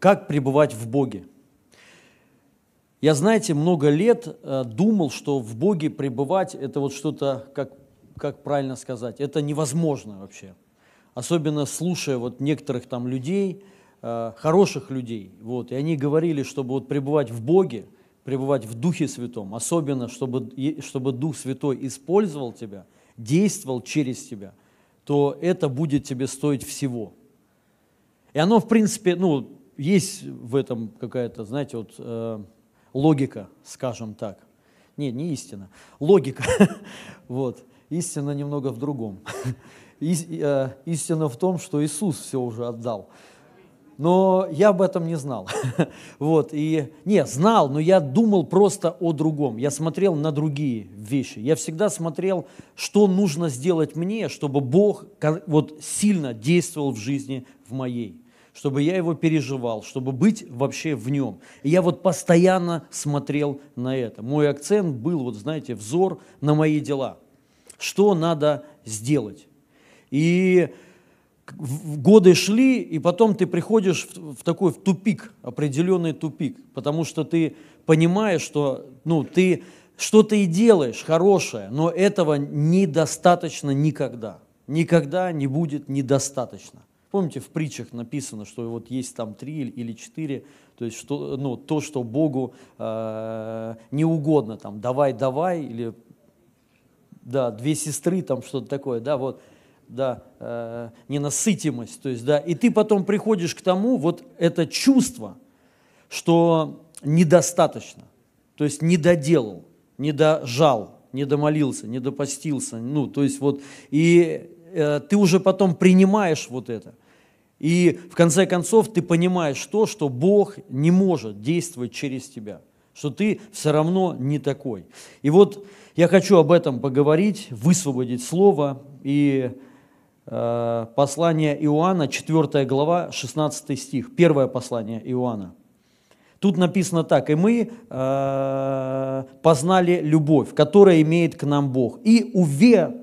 Как пребывать в Боге? Я, знаете, много лет думал, что в Боге пребывать – это вот что-то, как правильно сказать, это невозможно вообще. Особенно слушая вот некоторых там людей, хороших людей, вот, и они говорили, чтобы вот пребывать в Боге, пребывать в Духе Святом, особенно, чтобы Дух Святой использовал тебя, действовал через тебя, то это будет тебе стоить всего. И оно, в принципе, есть в этом какая-то, знаете, вот логика, скажем так. Не истина, логика. Вот. Истина немного в другом. Истина в том, что Иисус все уже отдал. Но я об этом не знал. Вот. Знал, но я думал просто о другом. Я смотрел на другие вещи. Я всегда смотрел, что нужно сделать мне, чтобы Бог вот сильно действовал в жизни в моей. Чтобы я его переживал, чтобы быть вообще в нем. И я вот постоянно смотрел на это. Мой акцент был, вот знаете, взор на мои дела. Что надо сделать? И годы шли, и потом ты приходишь в такой тупик, определенный тупик, потому что ты понимаешь, что ты что-то и делаешь хорошее, но этого недостаточно никогда. Никогда не будет недостаточно. Помните, в притчах написано, что вот есть там 3 или 4, то есть что, то, что Богу не угодно, там, давай, или, да, 2 сестры, там, что-то такое, да, вот, да, ненасытимость, то есть, да, и ты потом приходишь к тому, вот это чувство, что недостаточно, то есть не доделал, не дожал, не домолился, не допостился, то есть вот, и ты уже потом принимаешь вот это. И в конце концов ты понимаешь то, что Бог не может действовать через тебя, что ты все равно не такой. И вот я хочу об этом поговорить, высвободить слово. И послание Иоанна, 4 глава, 16 стих, первое послание Иоанна. Тут написано так: «И мы познали любовь, которая имеет к нам Бог, и уверовали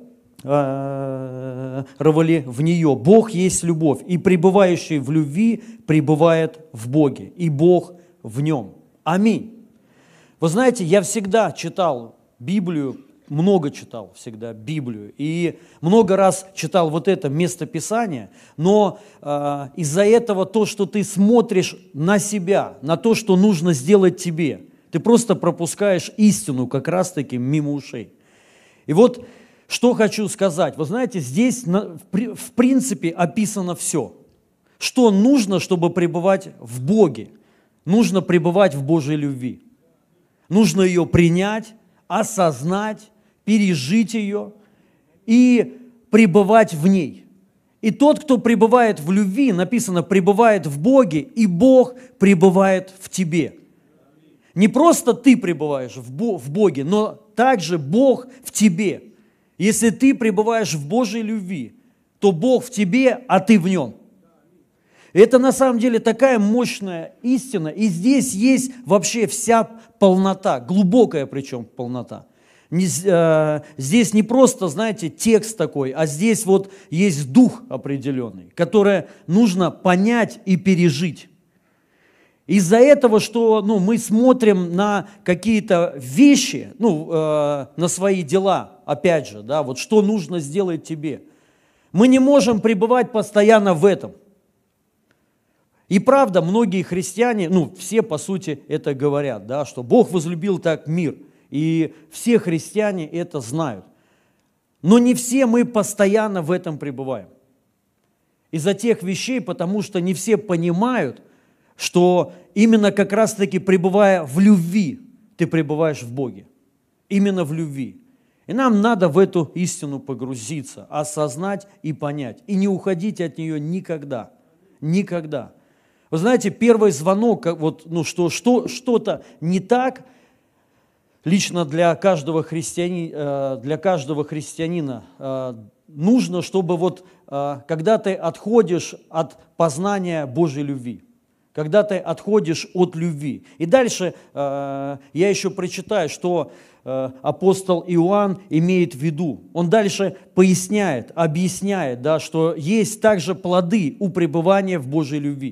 в нее. Бог есть любовь, и пребывающий в любви пребывает в Боге, и Бог в нем». Аминь. Вы знаете, я всегда читал Библию, много читал всегда Библию, и много раз читал вот это местописание, но из-за этого то, что ты смотришь на себя, на то, что нужно сделать тебе, ты просто пропускаешь истину как раз-таки мимо ушей. И вот что хочу сказать. Вы знаете, здесь в принципе описано все. Что нужно, чтобы пребывать в Боге? Нужно пребывать в Божьей любви. Нужно ее принять, осознать, пережить ее и пребывать в ней. И тот, кто пребывает в любви, написано, пребывает в Боге, и Бог пребывает в тебе. Не просто ты пребываешь в Боге, но также Бог в тебе. Если ты пребываешь в Божьей любви, то Бог в тебе, а ты в нем. Это на самом деле такая мощная истина, и здесь есть вообще вся полнота, глубокая причем полнота. Здесь не просто, знаете, текст такой, а здесь вот есть дух определенный, который нужно понять и пережить. Из-за этого, что мы смотрим на какие-то вещи, на свои дела, опять же, да, вот что нужно сделать тебе. Мы не можем пребывать постоянно в этом. И правда, многие христиане, все по сути это говорят, да, что Бог возлюбил так мир, и все христиане это знают. Но не все мы постоянно в этом пребываем. Из-за тех вещей, потому что не все понимают, что именно как раз-таки пребывая в любви, ты пребываешь в Боге. Именно в любви. И нам надо в эту истину погрузиться, осознать и понять. И не уходить от нее никогда. Никогда. Вы знаете, первый звонок, что что-то не так, лично для каждого христианина нужно, чтобы когда ты отходишь от познания Божьей любви, когда ты отходишь от любви. И дальше я еще прочитаю, что апостол Иоанн имеет в виду. Он дальше поясняет, объясняет, да, что есть также плоды у пребывания в Божьей любви.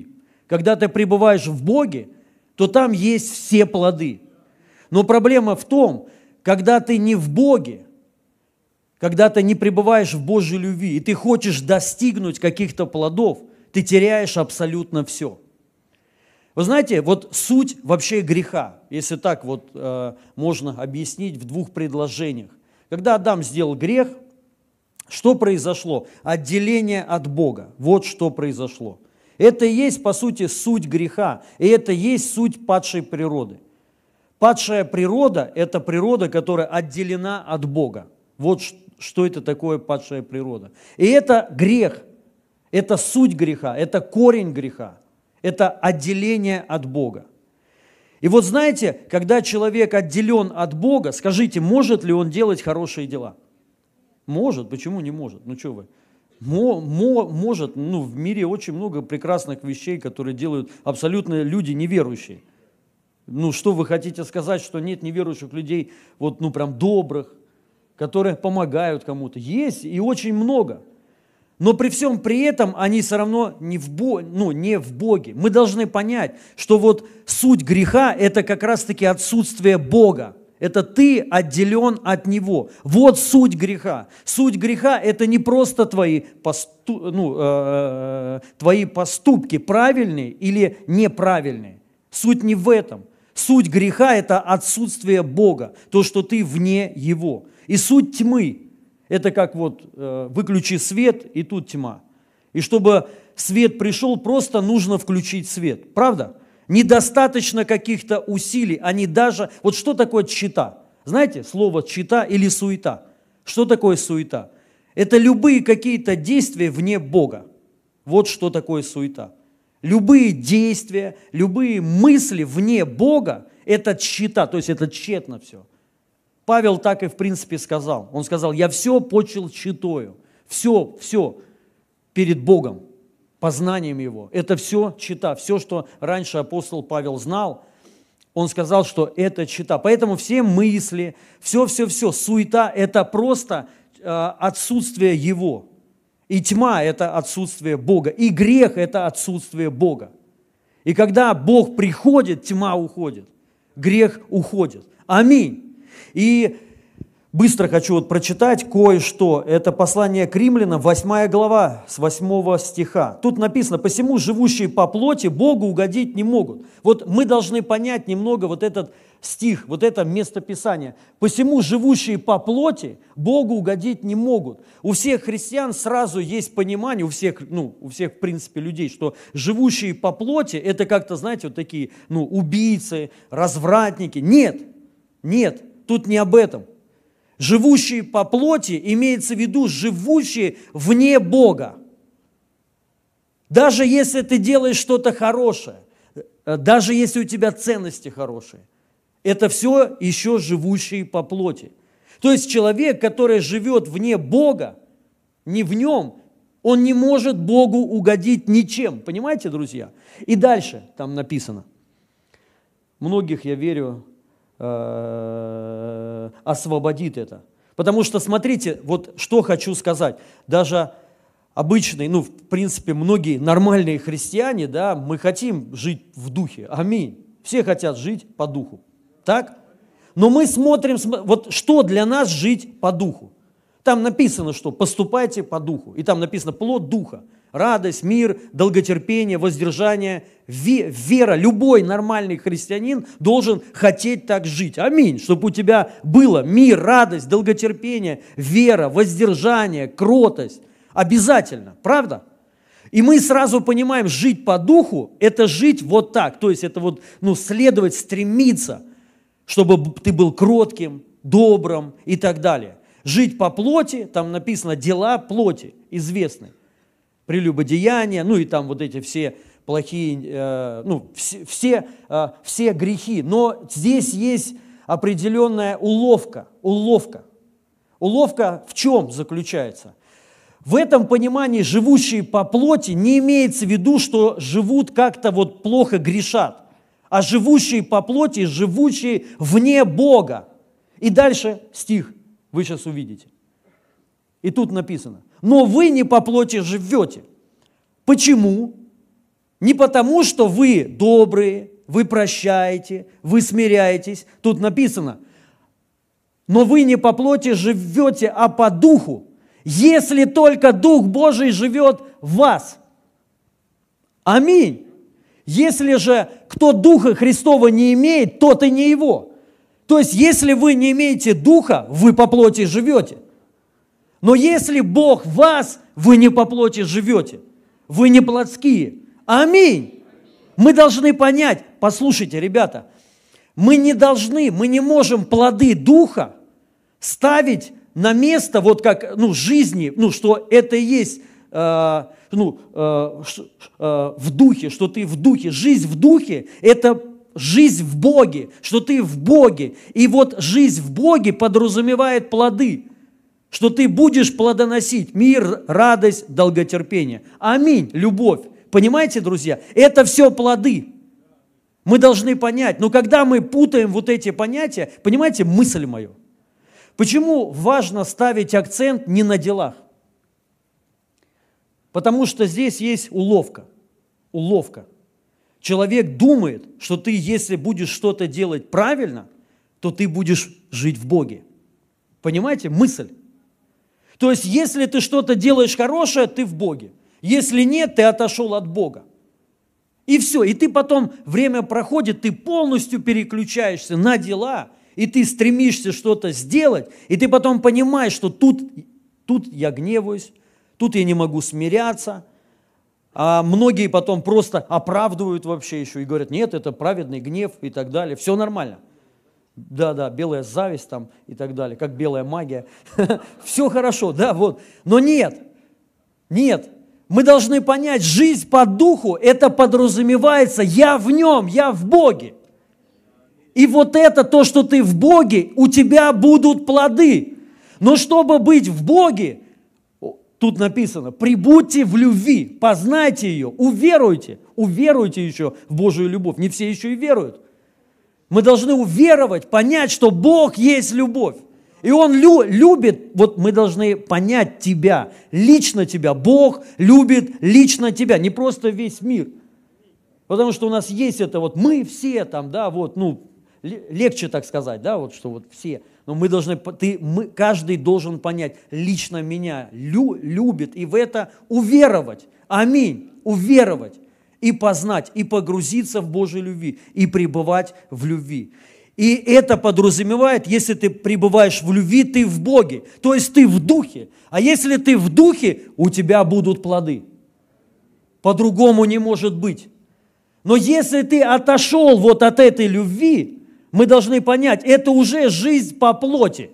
Когда ты пребываешь в Боге, то там есть все плоды. Но проблема в том, когда ты не в Боге, когда ты не пребываешь в Божьей любви, и ты хочешь достигнуть каких-то плодов, ты теряешь абсолютно все. Вы знаете, вот суть вообще греха, если так вот можно объяснить в двух предложениях. Когда Адам сделал грех, что произошло? Отделение от Бога. Вот что произошло. Это и есть, по сути, суть греха, и это и есть суть падшей природы. Падшая природа – это природа, которая отделена от Бога. Вот что это такое падшая природа. И это грех, это суть греха, это корень греха, это отделение от Бога. И вот знаете, когда человек отделен от Бога, скажите, может ли он делать хорошие дела? Может, почему не может? Ну что вы? Может, в мире очень много прекрасных вещей, которые делают абсолютно люди неверующие. Что вы хотите сказать, что нет неверующих людей, прям добрых, которые помогают кому-то? Есть, и очень много. Но при всем при этом они все равно не в Боге. Мы должны понять, что вот суть греха – это как раз-таки отсутствие Бога. Это ты отделен от Него. Вот суть греха. Суть греха – это не просто твои поступки, правильные или неправильные. Суть не в этом. Суть греха – это отсутствие Бога, то, что ты вне Его. И суть тьмы – это как выключи свет, и тут тьма. И чтобы свет пришел, просто нужно включить свет. Правда? Недостаточно каких-то усилий, они даже... Вот что такое тщета? Знаете, слово тщета или суета? Что такое суета? Это любые какие-то действия вне Бога. Вот что такое суета. Любые действия, любые мысли вне Бога – это тщета, то есть это тщетно все. Павел так и в принципе сказал. Он сказал, я все почил тщетою, все перед Богом, познанием Его. Это все тщета, все, что раньше апостол Павел знал, он сказал, что это тщета. Поэтому все мысли, все, суета – это просто отсутствие Его. И тьма – это отсутствие Бога. И грех – это отсутствие Бога. И когда Бог приходит, тьма уходит. Грех уходит. Аминь. И быстро хочу прочитать кое-что. Это послание к Римлянам, 8 глава, с 8 стиха. Тут написано, «Посему живущие по плоти Богу угодить не могут». Вот мы должны понять немного вот этот стих, вот это местописание. «Посему живущие по плоти Богу угодить не могут». У всех христиан сразу есть понимание, у всех, в принципе, людей, что живущие по плоти, это как-то, знаете, вот такие, убийцы, развратники. Нет, тут не об этом. Живущие по плоти имеется в виду живущие вне Бога. Даже если ты делаешь что-то хорошее, даже если у тебя ценности хорошие, это все еще живущие по плоти. То есть человек, который живет вне Бога, не в нем, он не может Богу угодить ничем. Понимаете, друзья? И дальше там написано. Многих, я верю, освободит это. Потому что, смотрите, вот что хочу сказать. Даже обычные, в принципе, многие нормальные христиане, да, мы хотим жить в духе. Аминь. Все хотят жить по духу. Так? Но мы смотрим, вот что для нас жить по духу. Там написано, что поступайте по духу. И там написано плод духа. Радость, мир, долготерпение, воздержание, вера. Любой нормальный христианин должен хотеть так жить. Аминь. Чтобы у тебя было мир, радость, долготерпение, вера, воздержание, кротость. Обязательно. Правда? И мы сразу понимаем, жить по духу – это жить вот так. То есть это следовать, стремиться, чтобы ты был кротким, добрым и так далее. Жить по плоти, там написано дела плоти, известны. Прелюбодеяние, и там вот эти все плохие, все грехи. Но здесь есть определенная уловка. Уловка в чем заключается? В этом понимании живущие по плоти не имеется в виду, что живут как-то плохо грешат, а живущие по плоти, живущие вне Бога. И дальше стих вы сейчас увидите. И тут написано, но вы не по плоти живете. Почему? Не потому, что вы добрые, вы прощаете, вы смиряетесь. Тут написано, но вы не по плоти живете, а по духу, если только Дух Божий живет в вас. Аминь. Если же кто Духа Христова не имеет, тот и не его. То есть, если вы не имеете Духа, вы по плоти живете. Но если Бог в вас, вы не по плоти живете. Вы не плотские. Аминь. Мы должны понять, послушайте, ребята, мы не можем плоды Духа ставить на место, вот как, жизни, что это и есть, в духе, что ты в духе. Жизнь в духе – это жизнь в Боге, что ты в Боге. И вот жизнь в Боге подразумевает плоды, что ты будешь плодоносить мир, радость, долготерпение. Аминь, любовь. Понимаете, друзья? Это все плоды. Мы должны понять. Но когда мы путаем вот эти понятия, понимаете, мысль мою, почему важно ставить акцент не на делах? Потому что здесь есть уловка. Уловка. Человек думает, что ты, если будешь что-то делать правильно, то ты будешь жить в Боге. Понимаете, мысль? То есть, если ты что-то делаешь хорошее, ты в Боге. Если нет, ты отошел от Бога. И все. И ты потом, время проходит, ты полностью переключаешься на дела, и ты стремишься что-то сделать, и ты потом понимаешь, что тут я гневаюсь, тут я не могу смиряться. А многие потом просто оправдывают вообще еще и говорят, нет, это праведный гнев и так далее. Все нормально. Да, белая зависть там и так далее, как белая магия. Все хорошо, да, вот. Но нет. Мы должны понять, жизнь по духу, это подразумевается, я в нем, я в Боге. И вот это то, что ты в Боге, у тебя будут плоды. Но чтобы быть в Боге, тут написано, прибудьте в любви, познайте ее, уверуйте еще в Божию любовь. Не все еще и веруют. Мы должны уверовать, понять, что Бог есть любовь. И Он любит, вот мы должны понять тебя, лично тебя. Бог любит лично тебя, не просто весь мир. Потому что у нас есть это вот, мы все там, да, вот, легче так сказать, да, вот, что вот все. Но мы должны, каждый должен понять, лично меня любит, и в это уверовать. Аминь. Уверовать. И познать, и погрузиться в Божьей любви, и пребывать в любви. И это подразумевает, если ты пребываешь в любви, ты в Боге, то есть ты в духе. А если ты в духе, у тебя будут плоды. По-другому не может быть. Но если ты отошел вот от этой любви, мы должны понять, это уже жизнь по плоти.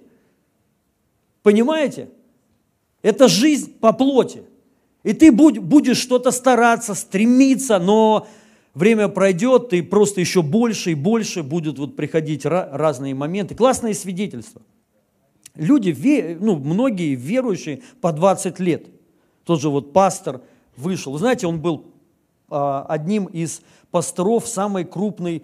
Понимаете? Это жизнь по плоти. И ты будешь что-то стараться, стремиться, но время пройдет, и просто еще больше и больше будут вот приходить разные моменты. Классное свидетельство. Люди, многие верующие по 20 лет. Тот же вот пастор вышел. Вы знаете, он был одним из пасторов самой крупной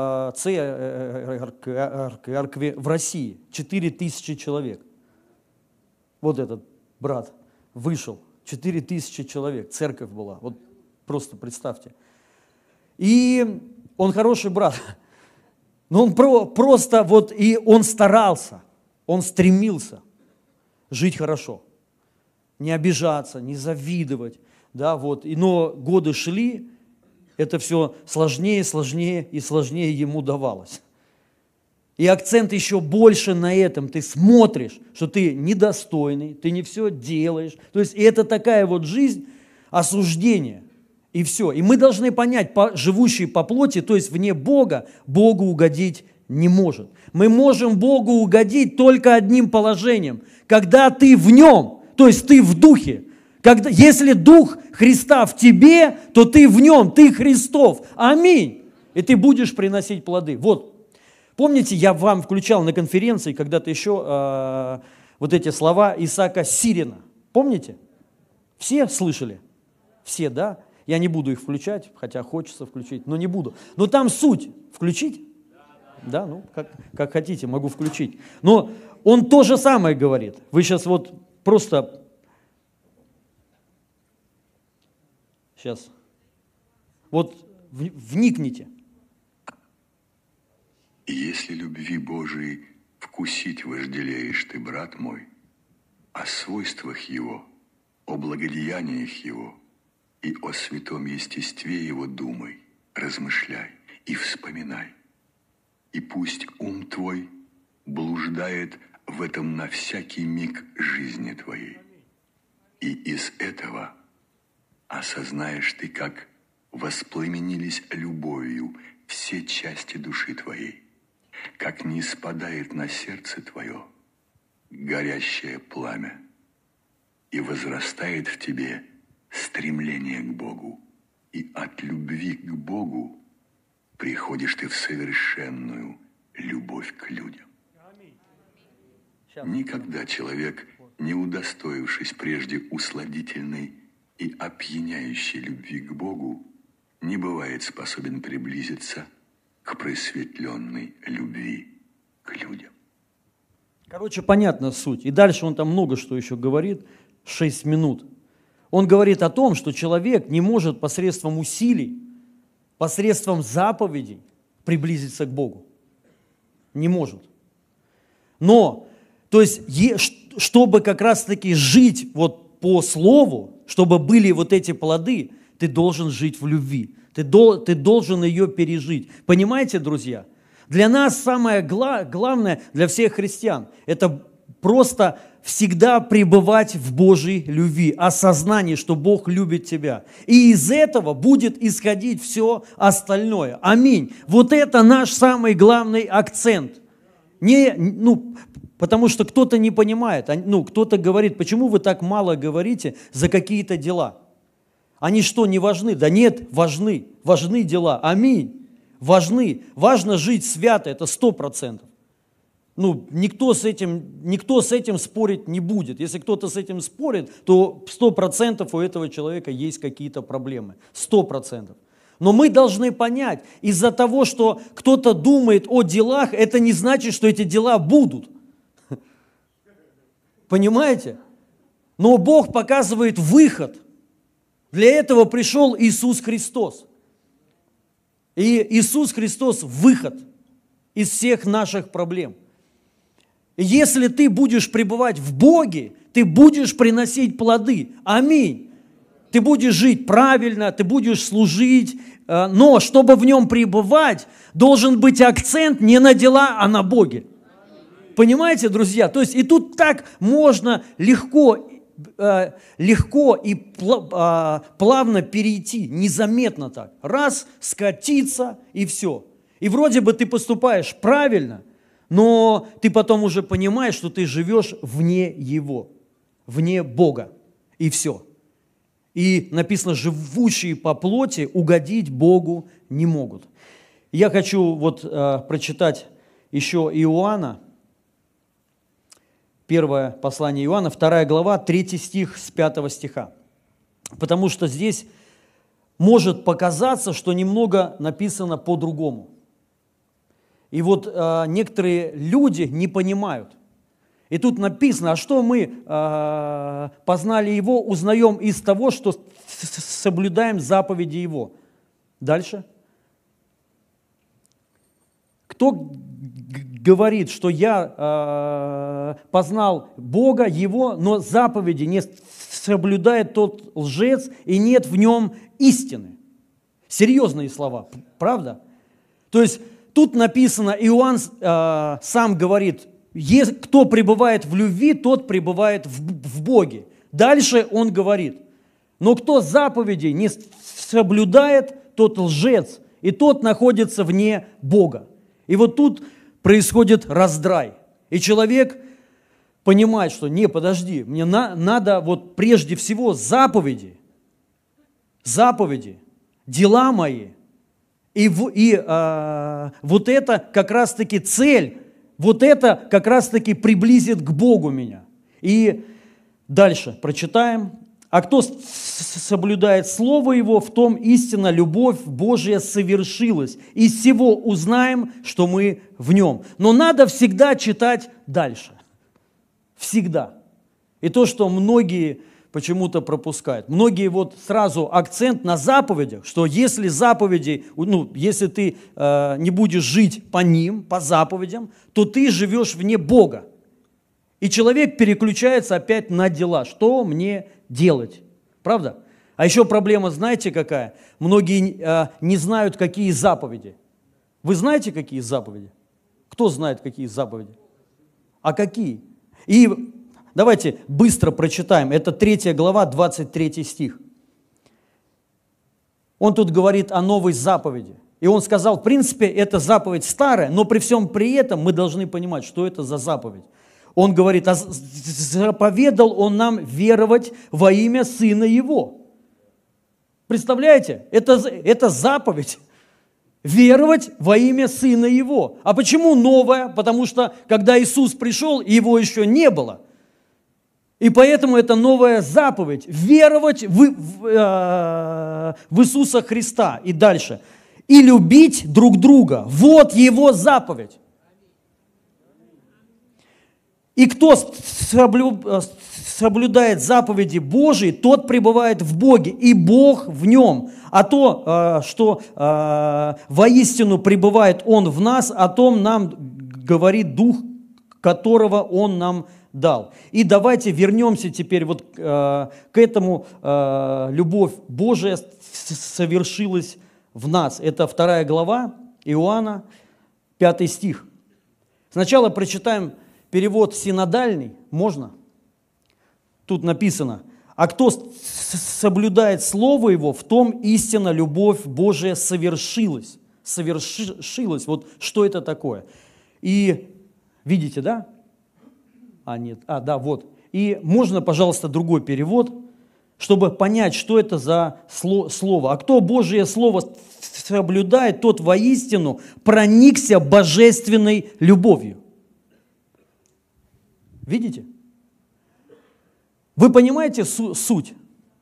церкви в России. 4000 человек. Вот этот брат вышел. 4000 человек, церковь была. Вот просто представьте. И он хороший брат. Но он просто вот, и он старался, он стремился жить хорошо. Не обижаться, не завидовать. Да, вот. Но годы шли, это все сложнее и сложнее ему давалось. И акцент еще больше на этом. Ты смотришь, что ты недостойный, ты не все делаешь. То есть это такая вот жизнь осуждения. И все. И мы должны понять, живущий по плоти, то есть вне Бога, Богу угодить не может. Мы можем Богу угодить только одним положением. Когда ты в Нем, то есть ты в Духе. Если Дух Христа в тебе, то ты в Нем, ты Христов. Аминь. И ты будешь приносить плоды. Вот. Помните, я вам включал на конференции когда-то еще вот эти слова Исаака Сирина. Помните? Все слышали? Все, да? Я не буду их включать, хотя хочется включить, но не буду. Но там суть. Включить? Да, как хотите, могу включить. Но он то же самое говорит. Вы сейчас вот просто... Сейчас. Вот вникните. И если любви Божией вкусить вожделеешь ты, брат мой, о свойствах Его, о благодеяниях Его и о святом естестве Его думай, размышляй и вспоминай. И пусть ум твой блуждает в этом на всякий миг жизни твоей. И из этого осознаешь ты, как воспламенились любовью все части души твоей, как не спадает на сердце твое горящее пламя, и возрастает в тебе стремление к Богу, и от любви к Богу приходишь ты в совершенную любовь к людям. Никогда человек, не удостоившись прежде усладительной и опьяняющей любви к Богу, не бывает способен приблизиться к просветленной любви к людям. Короче, понятна суть. И дальше он там много что еще говорит, 6 минут. Он говорит о том, что человек не может посредством усилий, посредством заповедей приблизиться к Богу. Не может. Но, то есть, чтобы как раз-таки жить вот по слову, чтобы были вот эти плоды, ты должен жить в любви. Ты должен ее пережить. Понимаете, друзья? Для нас самое главное, для всех христиан, это просто всегда пребывать в Божьей любви, осознание, что Бог любит тебя. И из этого будет исходить все остальное. Аминь. Вот это наш самый главный акцент. Потому что кто-то не понимает, кто-то говорит, почему вы так мало говорите за какие-то дела? Они что, не важны? Да нет, важны. Важны дела. Аминь. Важны. Важно жить свято, это 100%. Никто с этим спорить не будет. Если кто-то с этим спорит, то 100% у этого человека есть какие-то проблемы. 100%. Но мы должны понять, из-за того, что кто-то думает о делах, это не значит, что эти дела будут. Понимаете? Но Бог показывает выход. Для этого пришел Иисус Христос. И Иисус Христос – выход из всех наших проблем. Если ты будешь пребывать в Боге, ты будешь приносить плоды. Аминь. Ты будешь жить правильно, ты будешь служить, но чтобы в нем пребывать, должен быть акцент не на дела, а на Боге. Понимаете, друзья? То есть и тут так можно легко и плавно перейти, незаметно так. Раз, скатиться и все. И вроде бы ты поступаешь правильно, но ты потом уже понимаешь, что ты живешь вне Его, вне Бога. И все. И написано, живущие по плоти угодить Богу не могут. Я хочу прочитать еще Иоанна, первое послание Иоанна, 2 глава, 3 стих с 5 стиха. Потому что здесь может показаться, что немного написано по-другому. И некоторые люди не понимают. И тут написано, а что мы познали Его, узнаем из того, что соблюдаем заповеди Его. Дальше. Кто говорит, что я познал Бога, Его, но заповеди не соблюдает, тот лжец, и нет в нем истины. Серьезные слова, правда? То есть тут написано, Иоанн сам говорит, кто пребывает в любви, тот пребывает в Боге. Дальше он говорит, но кто заповедей не соблюдает, тот лжец, и тот находится вне Бога. И вот тут происходит раздрай. И человек понимает, что подожди, мне надо прежде всего заповеди, дела мои. И это как раз-таки цель, это как раз-таки приблизит к Богу меня. И дальше прочитаем. А кто соблюдает Слово Его, в том истинно любовь Божья совершилась. Из всего узнаем, что мы в Нем. Но надо всегда читать дальше. Всегда. И то, что многие почему-то пропускают. Многие вот сразу акцент на заповедях, что если заповеди, если ты не будешь жить по ним, по заповедям, то ты живешь вне Бога. И человек переключается опять на дела. Что мне делать? Правда? А еще проблема, знаете, какая? Многие не знают, какие заповеди. Вы знаете, какие заповеди? Кто знает, какие заповеди? А какие? И давайте быстро прочитаем. Это 3 глава, 23 стих. Он тут говорит о новой заповеди. И он сказал, в принципе, это заповедь старая, но при всем при этом мы должны понимать, что это за заповедь. Он говорит, заповедал он нам веровать во имя Сына Его. Представляете? Это заповедь. Веровать во имя Сына Его. А почему новое? Потому что, когда Иисус пришел, Его еще не было. И поэтому это новая заповедь. Веровать в Иисуса Христа. И дальше. И любить друг друга. Вот Его заповедь. И кто соблюдает заповеди Божии, тот пребывает в Боге, и Бог в нем. А то, что воистину пребывает Он в нас, о том нам говорит Дух, которого Он нам дал. И давайте вернемся теперь вот к этому. Любовь Божия совершилась в нас. Это 2 глава Иоанна, 5 стих. Сначала прочитаем перевод синодальный. Можно? Тут написано: «А кто соблюдает Слово Его, в том истинно любовь Божия совершилась». Совершилась. Вот что это такое? И видите, да? Нет. Да, вот. И можно, пожалуйста, другой перевод, чтобы понять, что это за слово. «А кто Божие Слово соблюдает, тот воистину проникся божественной любовью». Видите? Вы понимаете суть?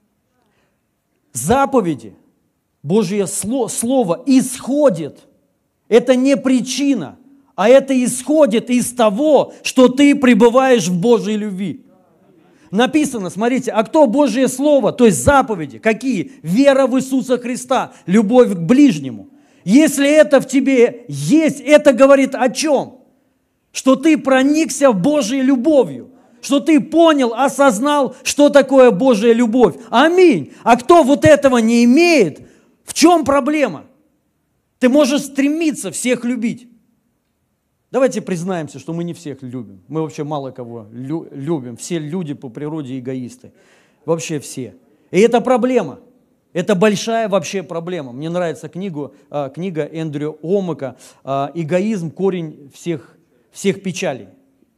Заповеди, Божье Слово исходит. Это не причина, а это исходит из того, что ты пребываешь в Божьей любви. Написано, смотрите, а кто Божье Слово, то есть заповеди, какие? Вера в Иисуса Христа, любовь к ближнему. Если это в тебе есть, это говорит о чем? Что ты проникся Божьей любовью, что ты понял, осознал, что такое Божья любовь. Аминь. А кто вот этого не имеет, в чем проблема? Ты можешь стремиться всех любить. Давайте признаемся, что мы не всех любим. Мы вообще мало кого любим. Все люди по природе эгоисты. Вообще все. И это проблема. Это большая вообще проблема. Мне нравится книга Эндрю Омака «Эгоизм. Корень всех печалей».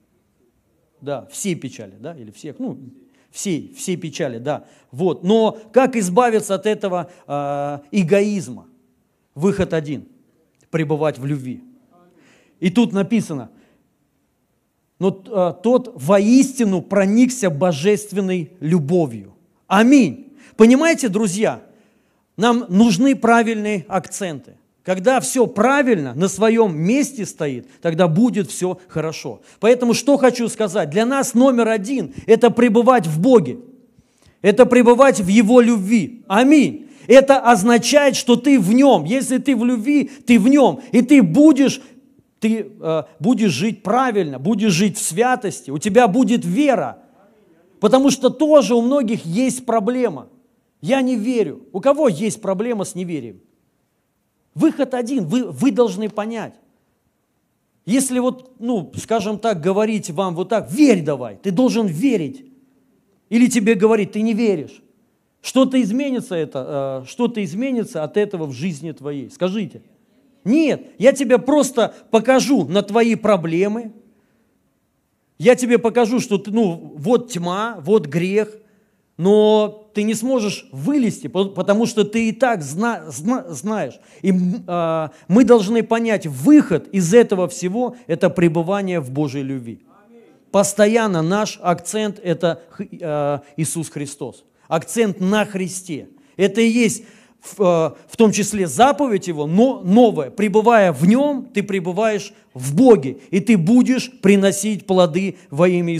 Да, все печали, да, или всех, все печали, да. Вот. Но как избавиться от этого эгоизма? Выход один – пребывать в любви. И тут написано: но тот воистину проникся божественной любовью. Аминь. Понимаете, друзья, нам нужны правильные акценты. Когда все правильно, на своем месте стоит, тогда будет все хорошо. Поэтому что хочу сказать? Для нас номер один – это пребывать в Боге. Это пребывать в Его любви. Аминь. Это означает, что ты в Нем. Если ты в любви, ты в Нем. И ты будешь жить правильно, будешь жить в святости. У тебя будет вера. Потому что тоже у многих есть проблема. Я не верю. У кого есть проблема с неверием? Выход один, вы должны понять. Если скажем так, говорить вам вот так: верь давай, ты должен верить. Или тебе говорить: ты не веришь. Что-то изменится от этого в жизни твоей. Скажите. Нет, я тебе просто покажу на твои проблемы. Я тебе покажу, что вот тьма, вот грех. Но ты не сможешь вылезти, потому что ты и так знаешь. И мы должны понять, выход из этого всего – это пребывание в Божьей любви. Постоянно наш акцент – это Иисус Христос. Акцент на Христе. Это и есть в том числе заповедь Его, но новое. Пребывая в Нем, ты пребываешь в Боге, и ты будешь приносить плоды во имя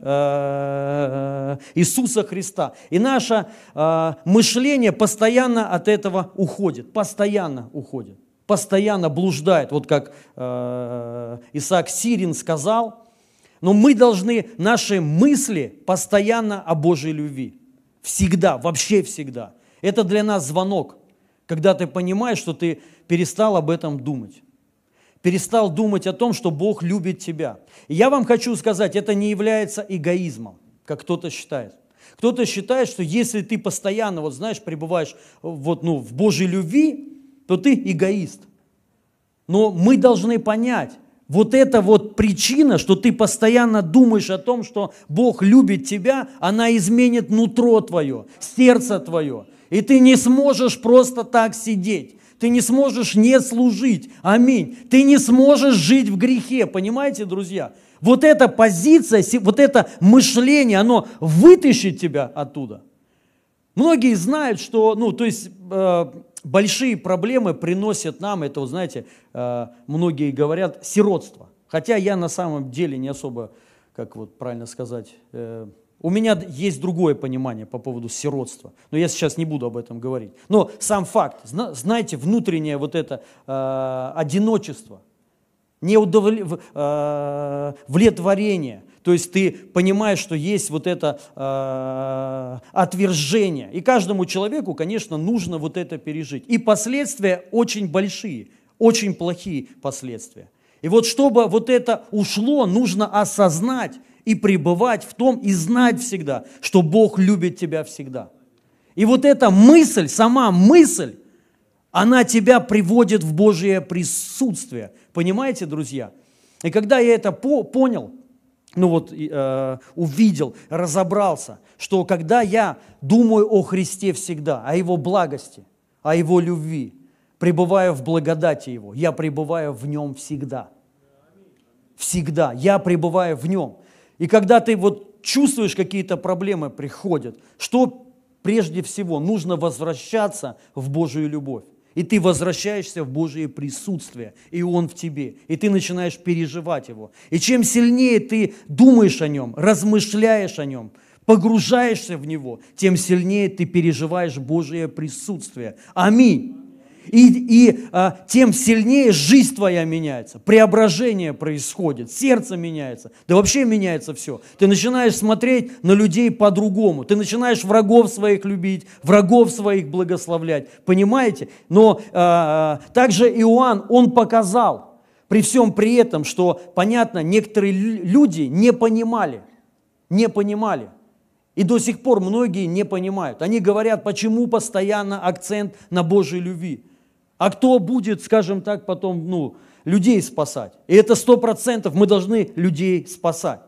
Иисуса Христа. И наше мышление постоянно от этого уходит, постоянно блуждает. Вот как Исаак Сирин сказал, но мы должны, наши мысли постоянно о Божьей любви. Всегда, вообще всегда. Это для нас звонок, когда ты понимаешь, что ты перестал об этом думать. Перестал думать о том, что Бог любит тебя. И я вам хочу сказать, это не является эгоизмом, как кто-то считает. Кто-то считает, что если ты постоянно, вот знаешь, пребываешь в Божьей любви, то ты эгоист. Но мы должны понять, вот эта вот причина, что ты постоянно думаешь о том, что Бог любит тебя, она изменит нутро твое, сердце твое. И ты не сможешь просто так сидеть. Ты не сможешь не служить. Аминь. Ты не сможешь жить в грехе. Понимаете, друзья? Вот эта позиция, вот это мышление, оно вытащит тебя оттуда. Многие знают, что, большие проблемы приносят нам, это, вот знаете, многие говорят, сиротство. Хотя я на самом деле не особо, как вот правильно сказать, у меня есть другое понимание по поводу сиротства, но я сейчас не буду об этом говорить. Но сам факт, знаете, внутреннее вот это одиночество, неудовлетворение, то есть ты понимаешь, что есть вот это отвержение. И каждому человеку, конечно, нужно вот это пережить. И последствия очень большие, очень плохие последствия. И вот чтобы вот это ушло, нужно осознать и пребывать в том, и знать всегда, что Бог любит тебя всегда. И вот эта мысль, сама мысль, она тебя приводит в Божье присутствие. Понимаете, друзья? И когда я это понял, увидел, разобрался, что когда я думаю о Христе всегда, о Его благости, о Его любви, пребываю в благодати Его, я пребываю в Нем всегда. Всегда. Я пребываю в Нем. И когда ты вот чувствуешь, какие-то проблемы приходят, что прежде всего нужно возвращаться в Божию любовь. И ты возвращаешься в Божие присутствие, и Он в тебе, и ты начинаешь переживать Его. И чем сильнее ты думаешь о Нем, размышляешь о Нем, погружаешься в Него, тем сильнее ты переживаешь Божие присутствие. Аминь. И тем сильнее жизнь твоя меняется, преображение происходит, сердце меняется, да вообще меняется все. Ты начинаешь смотреть на людей по-другому, ты начинаешь врагов своих любить, врагов своих благословлять, понимаете? Но также Иоанн, он показал, при всем при этом, что, понятно, некоторые люди не понимали. И до сих пор многие не понимают. Они говорят, почему постоянно акцент на Божьей любви. А кто будет, скажем так, потом, людей спасать? И это 100% мы должны людей спасать.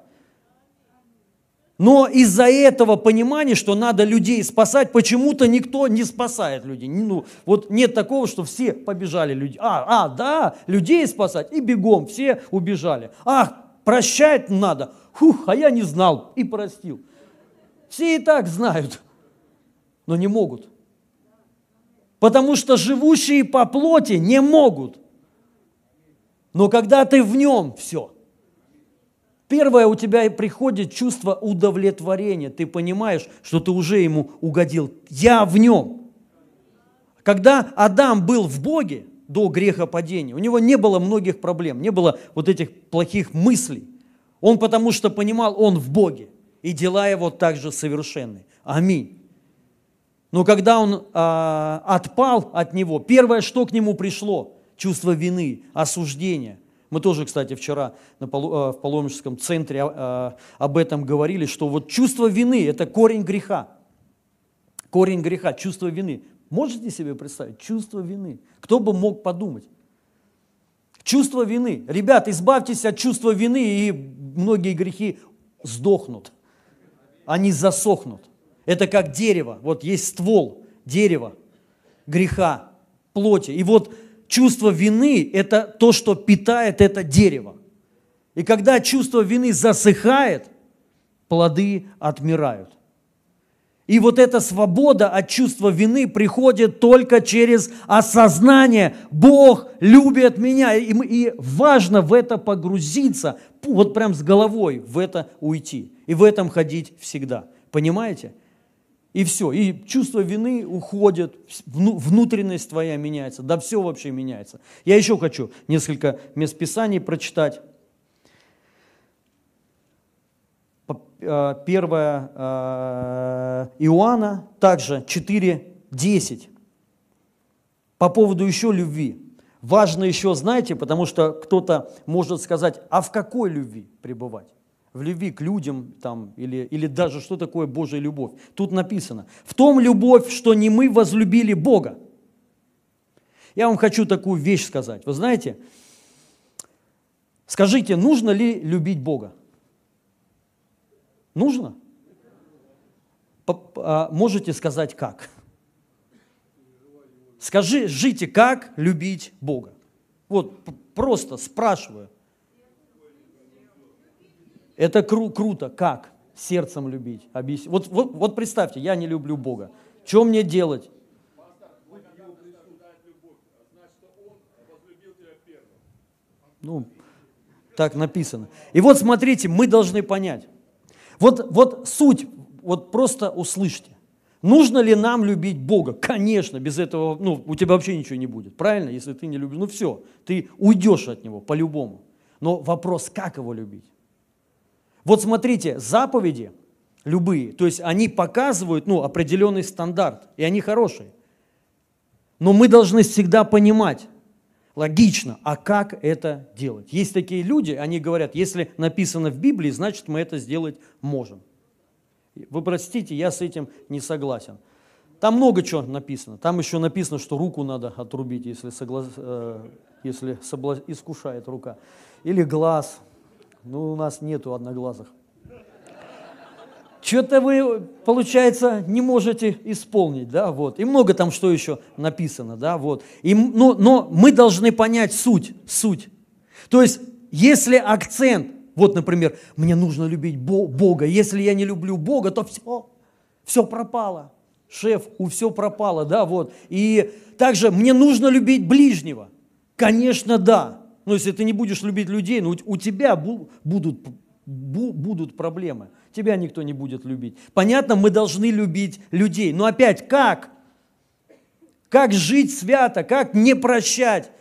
Но из-за этого понимания, что надо людей спасать, почему-то никто не спасает людей. Вот нет такого, что все побежали люди. Людей спасать, и бегом, все убежали. Прощать надо. А я не знал и простил. Все и так знают, но не могут. Потому что живущие по плоти не могут. Но когда ты в Нем, все. Первое, у тебя приходит чувство удовлетворения. Ты понимаешь, что ты уже Ему угодил. Я в Нем. Когда Адам был в Боге до грехопадения, у него не было многих проблем, не было вот этих плохих мыслей. Он потому что понимал, он в Боге. И дела его также совершенны. Аминь. Но когда он отпал от него, первое, что к нему пришло, чувство вины, осуждения. Мы тоже, кстати, вчера в паломническом центре об этом говорили, что вот чувство вины – это корень греха. Корень греха, чувство вины. Можете себе представить? Чувство вины. Кто бы мог подумать? Чувство вины. Ребят, избавьтесь от чувства вины, и многие грехи сдохнут. Они засохнут. Это как дерево. Вот есть ствол дерева, греха, плоти. И вот чувство вины – это то, что питает это дерево. И когда чувство вины засыхает, плоды отмирают. И вот эта свобода от чувства вины приходит только через осознание: Бог любит меня. И важно в это погрузиться, вот прям с головой в это уйти. И в этом ходить всегда. Понимаете? И все. И чувство вины уходит, внутренность твоя меняется. Да все вообще меняется. Я еще хочу несколько мест Писаний прочитать. 1 Иоанна, также 4:10. По поводу еще любви. Важно еще, знаете, потому что кто-то может сказать: а в какой любви пребывать? В любви к людям там, или даже что такое Божья любовь? Тут написано: в том любовь, что не мы возлюбили Бога. Я вам хочу такую вещь сказать. Вы знаете, скажите, нужно ли любить Бога? Нужно? Можете сказать, как? Скажите, как любить Бога? Вот просто спрашиваю. Это круто. Как? Сердцем любить. Вот представьте, я не люблю Бога. Что мне делать? Ну, так написано. И вот смотрите, мы должны понять. Вот суть, вот просто услышьте. Нужно ли нам любить Бога? Конечно, без этого, у тебя вообще ничего не будет, правильно? Если ты не любишь, все, ты уйдешь от Него по-любому. Но вопрос, как Его любить? Вот смотрите, заповеди любые, то есть они показывают, определенный стандарт, и они хорошие. Но мы должны всегда понимать, логично, а как это делать? Есть такие люди, они говорят: если написано в Библии, значит мы это сделать можем. Вы простите, я с этим не согласен. Там много чего написано. Там еще написано, что руку надо отрубить, если искушает рука. Или глаз. У нас нету одноглазых. Что-то вы, получается, не можете исполнить, да, вот. И много там что еще написано, да, вот. Но мы должны понять суть. То есть, если акцент, вот, например, мне нужно любить Бога, если я не люблю Бога, то все пропало. Шеф, все пропало, да, вот. И также мне нужно любить ближнего. Конечно, да. Но если ты не будешь любить людей, у тебя будут проблемы. Тебя никто не будет любить. Понятно, мы должны любить людей. Но опять, как? Как жить свято? Как не прощать?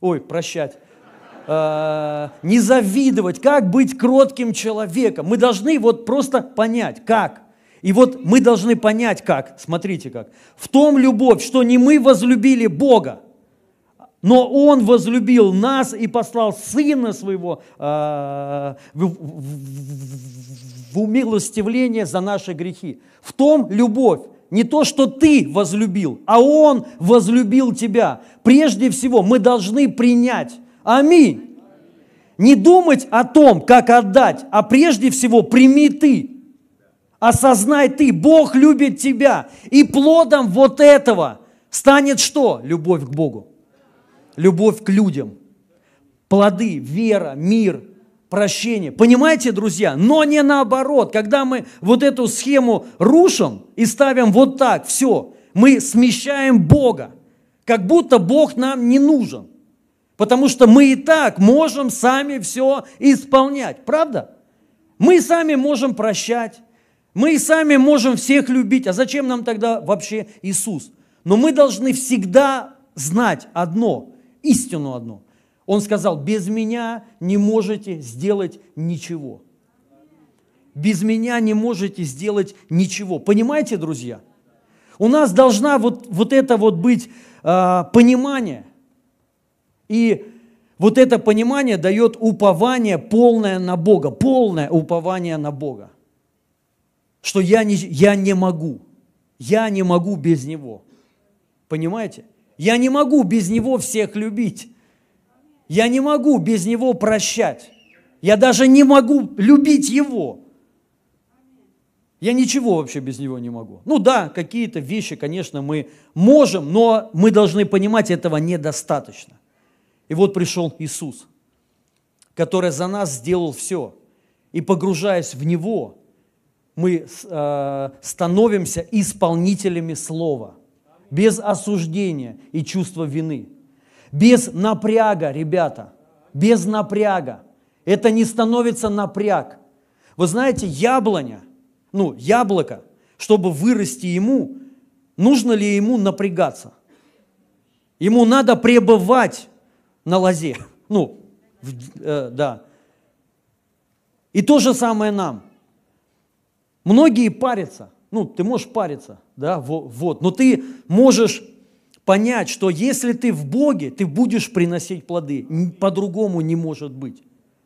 Не завидовать? Как быть кротким человеком? Мы должны просто понять, как. И вот мы должны понять, как. Смотрите, как. В том любовь, что не мы возлюбили Бога, но Он возлюбил нас и послал Сына Своего в умилостивление за наши грехи. В том любовь. Не то, что ты возлюбил, а Он возлюбил тебя. Прежде всего, мы должны принять. Аминь. Не думать о том, как отдать, а прежде всего прими ты. Осознай ты, Бог любит тебя. И плодом вот этого станет что? Любовь к Богу. Любовь к людям. Плоды, вера, мир, прощение. Понимаете, друзья? Но не наоборот. Когда мы вот эту схему рушим и ставим вот так, все, мы смещаем Бога. Как будто Бог нам не нужен. Потому что мы и так можем сами все исполнять. Правда? Мы сами можем прощать. Мы и сами можем всех любить. А зачем нам тогда вообще Иисус? Но мы должны всегда знать одно, истину одну. Он сказал: без меня не можете сделать ничего. Без меня не можете сделать ничего. Понимаете, друзья? У нас должна вот это быть понимание. И вот это понимание дает упование полное на Бога. Полное упование на Бога. Что я не могу. Я не могу без Него. Понимаете? Я не могу без Него всех любить. Я не могу без Него прощать. Я даже не могу любить Его. Я ничего вообще без Него не могу. Да, какие-то вещи, конечно, мы можем, но мы должны понимать, этого недостаточно. И вот пришел Иисус, который за нас сделал все. И погружаясь в Него, мы становимся исполнителями Слова, без осуждения и чувства вины, без напряга, ребята, без напряга. Это не становится напряг. Вы знаете, яблоко, чтобы вырасти ему, нужно ли ему напрягаться? Ему надо пребывать на лозе. Да. И то же самое нам. Многие парятся. Ты можешь париться, да, но ты можешь понять, что если ты в Боге, ты будешь приносить плоды. По-другому не может быть.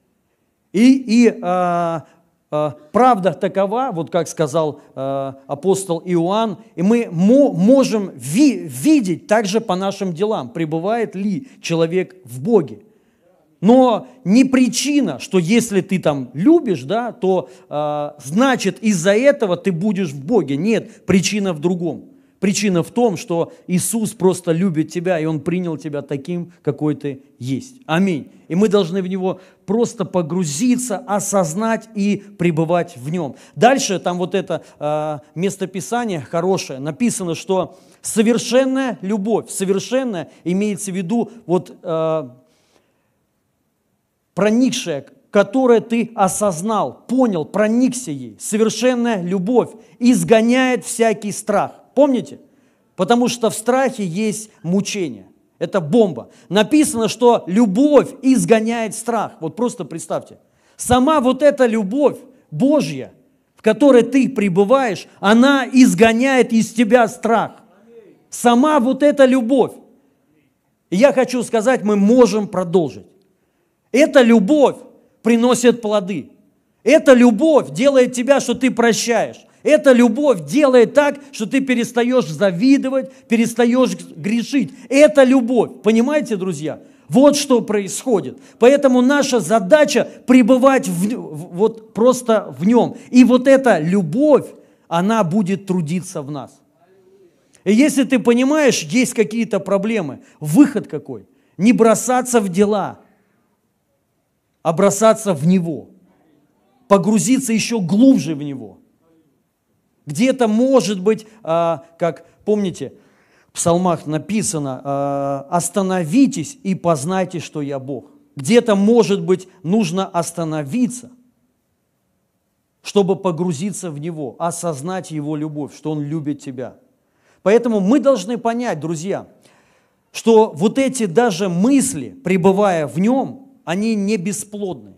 Правда такова, вот как сказал апостол Иоанн, и мы можем видеть также по нашим делам, пребывает ли человек в Боге. Но не причина, что если ты там любишь, да, то значит из-за этого ты будешь в Боге. Нет, причина в другом. Причина в том, что Иисус просто любит тебя, и Он принял тебя таким, какой ты есть. Аминь. И мы должны в Него просто погрузиться, осознать и пребывать в Нем. Дальше там вот это местописание хорошее, написано, что совершенная любовь, совершенная имеется в виду вот проникшая, которое ты осознал, понял, проникся ей. Совершенная любовь изгоняет всякий страх. Помните? Потому что в страхе есть мучение. Это бомба. Написано, что любовь изгоняет страх. Вот просто представьте. Сама вот эта любовь Божья, в которой ты пребываешь, она изгоняет из тебя страх. Сама вот эта любовь. И я хочу сказать, мы можем продолжить. Эта любовь приносит плоды. Эта любовь делает тебя, что ты прощаешь. Эта любовь делает так, что ты перестаешь завидовать, перестаешь грешить. Это любовь. Понимаете, друзья? Вот что происходит. Поэтому наша задача пребывать вот просто в нем. И вот эта любовь, она будет трудиться в нас. И если ты понимаешь, есть какие-то проблемы, выход какой? Не бросаться в дела, а бросаться в Него. Погрузиться еще глубже в Него. Где-то может быть, как помните, в псалмах написано, остановитесь и познайте, что я Бог. Где-то, может быть, нужно остановиться, чтобы погрузиться в Него, осознать Его любовь, что Он любит тебя. Поэтому мы должны понять, друзья, что вот эти даже мысли, пребывая в Нем, они не бесплодны,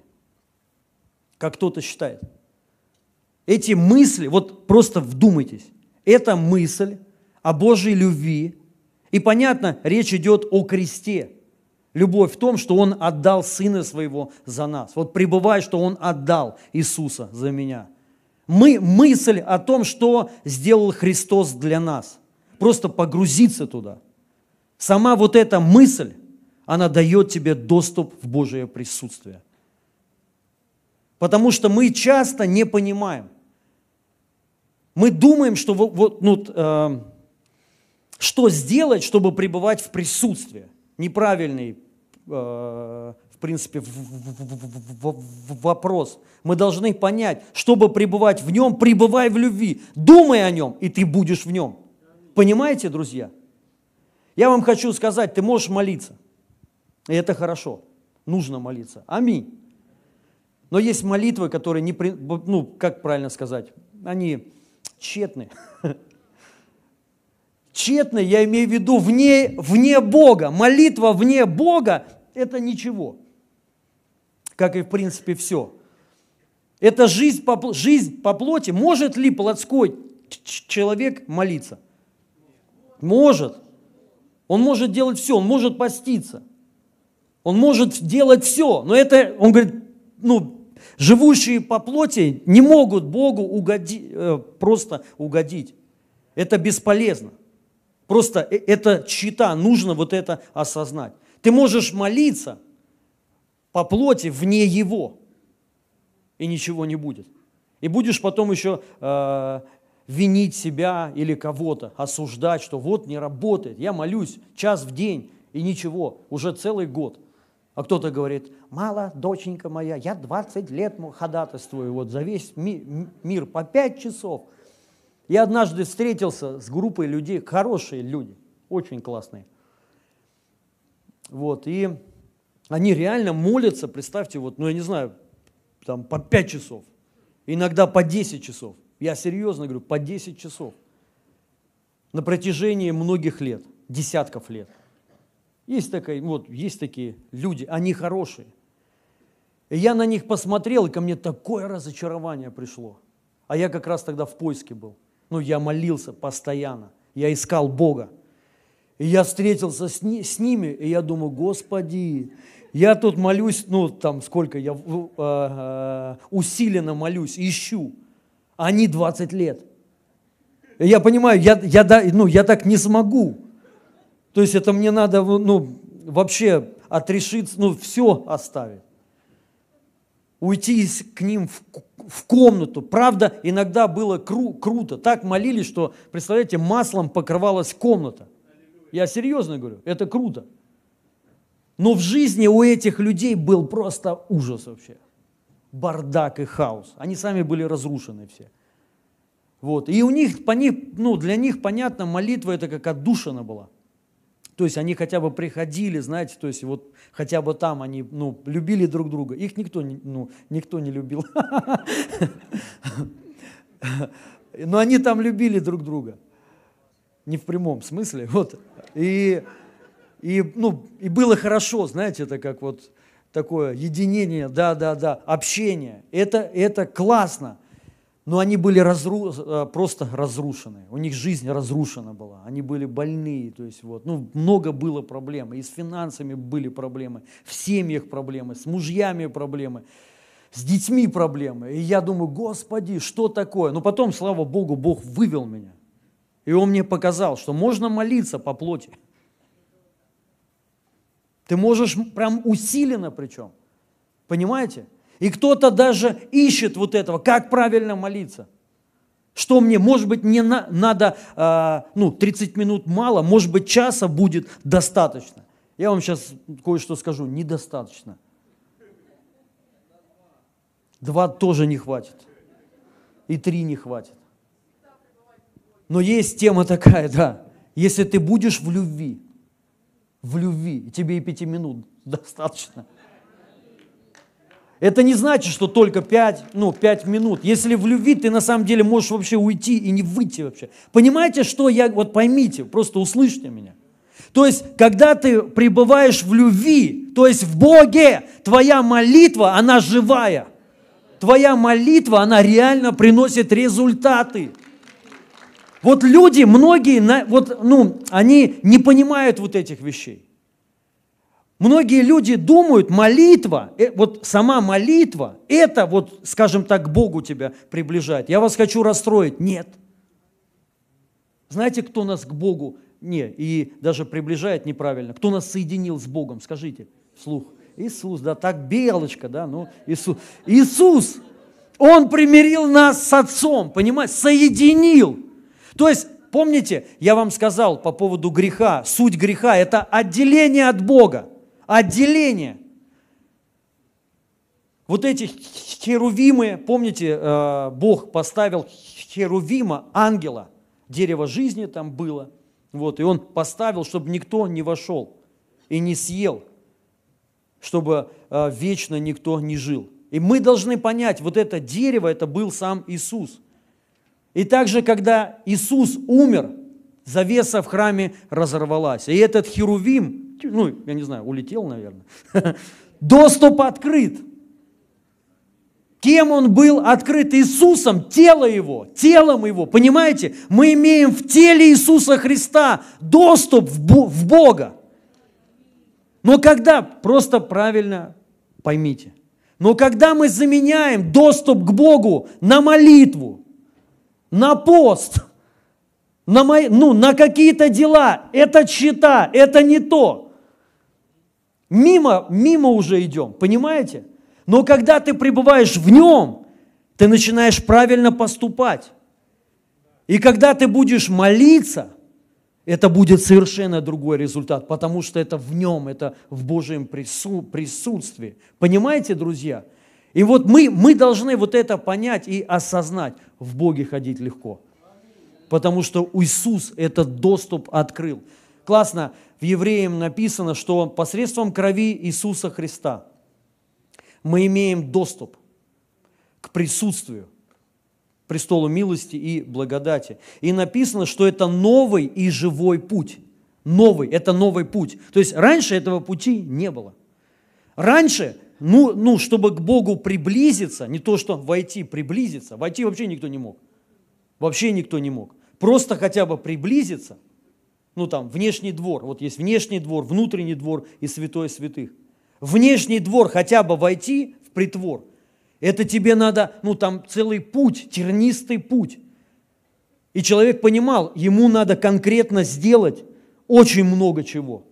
как кто-то считает. Эти мысли, вот просто вдумайтесь, это мысль о Божьей любви. И понятно, речь идет о кресте. Любовь в том, что Он отдал Сына Своего за нас. Вот пребывай, что Он отдал Иисуса за меня. Мысль о том, что сделал Христос для нас. Просто погрузиться туда. Сама вот эта мысль, она дает тебе доступ в Божие присутствие. Потому что мы часто не понимаем. Мы думаем, что что сделать, чтобы пребывать в присутствии. Неправильный, в принципе, вопрос. Мы должны понять, чтобы пребывать в Нем, пребывай в любви. Думай о Нем, и ты будешь в Нем. Понимаете, друзья? Я вам хочу сказать, ты можешь молиться. И это хорошо. Нужно молиться. Аминь. Но есть молитвы, которые, как правильно сказать, они тщетны. Тщетны, я имею в виду, вне Бога. Молитва вне Бога – это ничего. Как и, в принципе, все. Это жизнь по плоти. Может ли плотской человек молиться? Может. Он может делать все, он может поститься. Он может делать все. Но это, он говорит, живущие по плоти не могут Богу просто угодить. Это бесполезно. Просто это тщета, нужно вот это осознать. Ты можешь молиться по плоти вне Его, и ничего не будет. И будешь потом еще винить себя или кого-то, осуждать, что вот не работает. Я молюсь час в день, и ничего, уже целый год. А кто-то говорит, мало, доченька моя, я 20 лет ходатайствую вот за весь мир по 5 часов. Я однажды встретился с группой людей, хорошие люди, очень классные. Вот, и они реально молятся, представьте, вот, ну я не знаю, там по 5 часов, иногда по 10 часов. Я серьезно говорю, по 10 часов. На протяжении многих лет, десятков лет. Есть такие люди, они хорошие. И я на них посмотрел, и ко мне такое разочарование пришло. А я как раз тогда в поиске был. Я молился постоянно, я искал Бога. И я встретился с ними, и я думаю, Господи, я тут молюсь, сколько, я усиленно молюсь, ищу. Они 20 лет. И я понимаю, я так не смогу. То есть это мне надо, вообще отрешиться, все оставить. Уйти к ним в комнату. Правда, иногда было круто. Так молились, что, представляете, маслом покрывалась комната. Я серьезно говорю, это круто. Но в жизни у этих людей был просто ужас вообще. Бардак и хаос. Они сами были разрушены все. Вот. И для них, понятно, молитва это как отдушина была. То есть они хотя бы приходили, знаете, то есть вот хотя бы там они, любили друг друга. Их никто не любил. Но они там любили друг друга. Не в прямом смысле. Вот. И было хорошо, знаете, это как вот такое единение, общение. Это классно. Но они были просто разрушены, у них жизнь разрушена была, они были больные, то есть много было проблем, и с финансами были проблемы, в семьях проблемы, с мужьями проблемы, с детьми проблемы. И я думаю, Господи, что такое? Но потом, слава Богу, Бог вывел меня, и Он мне показал, что можно молиться по плоти. Ты можешь прям усиленно причем, понимаете? И кто-то даже ищет вот этого, как правильно молиться. Что мне, может быть, мне надо, 30 минут мало, может быть, часа будет достаточно. Я вам сейчас кое-что скажу, недостаточно. 2 тоже не хватит. И 3 не хватит. Но есть тема такая, да, если ты будешь в любви, тебе и 5 минут достаточно. Это не значит, что только 5 минут. Если в любви, ты на самом деле можешь вообще уйти и не выйти вообще. Понимаете, что поймите, просто услышьте меня. То есть, когда ты пребываешь в любви, то есть в Боге, твоя молитва, она живая. Твоя молитва, она реально приносит результаты. Вот люди, многие, они не понимают вот этих вещей. Многие люди думают, молитва, сама молитва, это скажем так, к Богу тебя приближает. Я вас хочу расстроить. Нет. Знаете, кто нас к Богу, и даже приближает неправильно, кто нас соединил с Богом, скажите вслух. Иисус, да, так белочка, да, Иисус. Иисус, Он примирил нас с Отцом, понимаете, соединил. То есть, помните, я вам сказал по поводу греха, суть греха – это отделение от Бога. Отделение. Вот эти херувимы, помните, Бог поставил херувима, ангела, дерево жизни там было, и Он поставил, чтобы никто не вошел и не съел, чтобы вечно никто не жил. И мы должны понять, вот это дерево, это был сам Иисус. И также, когда Иисус умер, завеса в храме разорвалась. И этот херувим, я не знаю, улетел, наверное, доступ открыт. Кем он был открыт? Иисусом, телом его. Понимаете? Мы имеем в теле Иисуса Христа доступ в Бога. Но когда, просто правильно поймите, но когда мы заменяем доступ к Богу на молитву, на пост, на какие-то дела, это чета, это не то. Мимо уже идем, понимаете? Но когда ты пребываешь в Нем, ты начинаешь правильно поступать. И когда ты будешь молиться, это будет совершенно другой результат, потому что это в нем, это в Божьем присутствии. Понимаете, друзья? И вот мы должны вот это понять и осознать. В Боге ходить легко, потому что Иисус этот доступ открыл. Классно, в Евреям написано, что посредством крови Иисуса Христа мы имеем доступ к присутствию, престолу милости и благодати. И написано, что это новый и живой путь. Новый, это новый путь. То есть раньше этого пути не было. Раньше, чтобы к Богу приблизиться, не то что войти, приблизиться, войти вообще никто не мог. Вообще никто не мог. Просто хотя бы приблизиться, внешний двор. Вот есть внешний двор, внутренний двор и святое святых. Внешний двор хотя бы войти в притвор. Это тебе надо, целый путь, тернистый путь. И человек понимал, ему надо конкретно сделать очень много чего.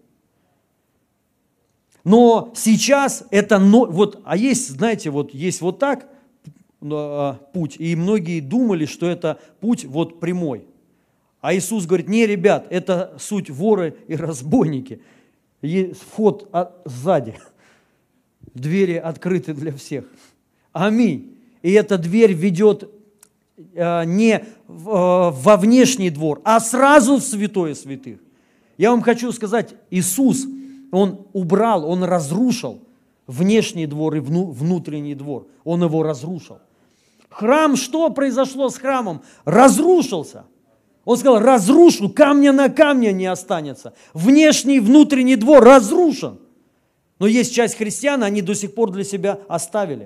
Но сейчас это, есть, знаете, есть вот так путь, и многие думали, что это путь прямой. А Иисус говорит, не, ребят, это суть воры и разбойники. Есть вход сзади, двери открыты для всех. Аминь. И эта дверь ведет не во внешний двор, а сразу в святое святых. Я вам хочу сказать, Иисус, Он убрал, Он разрушил внешний двор и внутренний двор. Он его разрушил. Храм, что произошло с храмом? Разрушился. Он сказал, разрушу, камня на камне не останется. Внешний и внутренний двор разрушен. Но есть часть христиан, они до сих пор для себя оставили.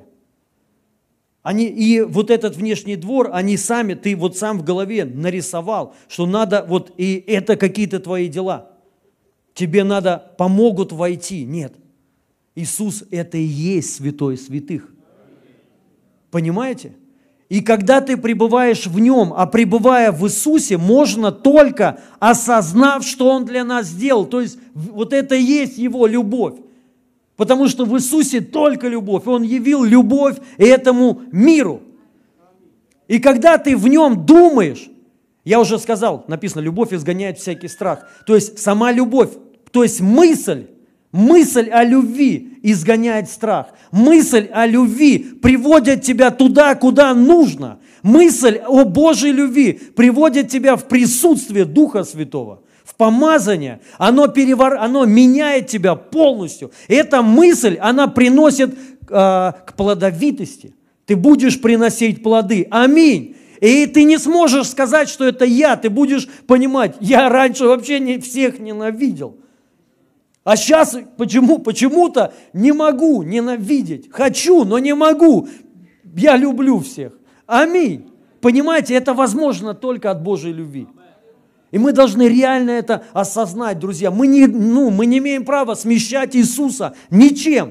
И вот этот внешний двор, они сами, ты сам в голове нарисовал, что надо, и это какие-то твои дела. Тебе надо, помогут войти. Нет. Иисус это и есть святой святых. Понимаете? И когда ты пребываешь в Нем, а пребывая в Иисусе, можно только осознав, что Он для нас сделал. То есть это и есть Его любовь. Потому что в Иисусе только любовь. Он явил любовь этому миру. И когда ты в Нем думаешь, я уже сказал, написано, любовь изгоняет всякий страх. То есть сама любовь, то есть мысль о любви изгоняет страх. Мысль о любви приводит тебя туда, куда нужно. Мысль о Божьей любви приводит тебя в присутствие Духа Святого. В помазание, оно меняет тебя полностью. Эта мысль, она приносит к плодовитости. Ты будешь приносить плоды. Аминь. И ты не сможешь сказать, что это я. Ты будешь понимать, я раньше вообще всех ненавидел. А сейчас почему-то не могу ненавидеть. Хочу, но не могу. Я люблю всех. Аминь. Понимаете, это возможно только от Божьей любви. И мы должны реально это осознать, друзья. Мы не имеем права смещать Иисуса ничем.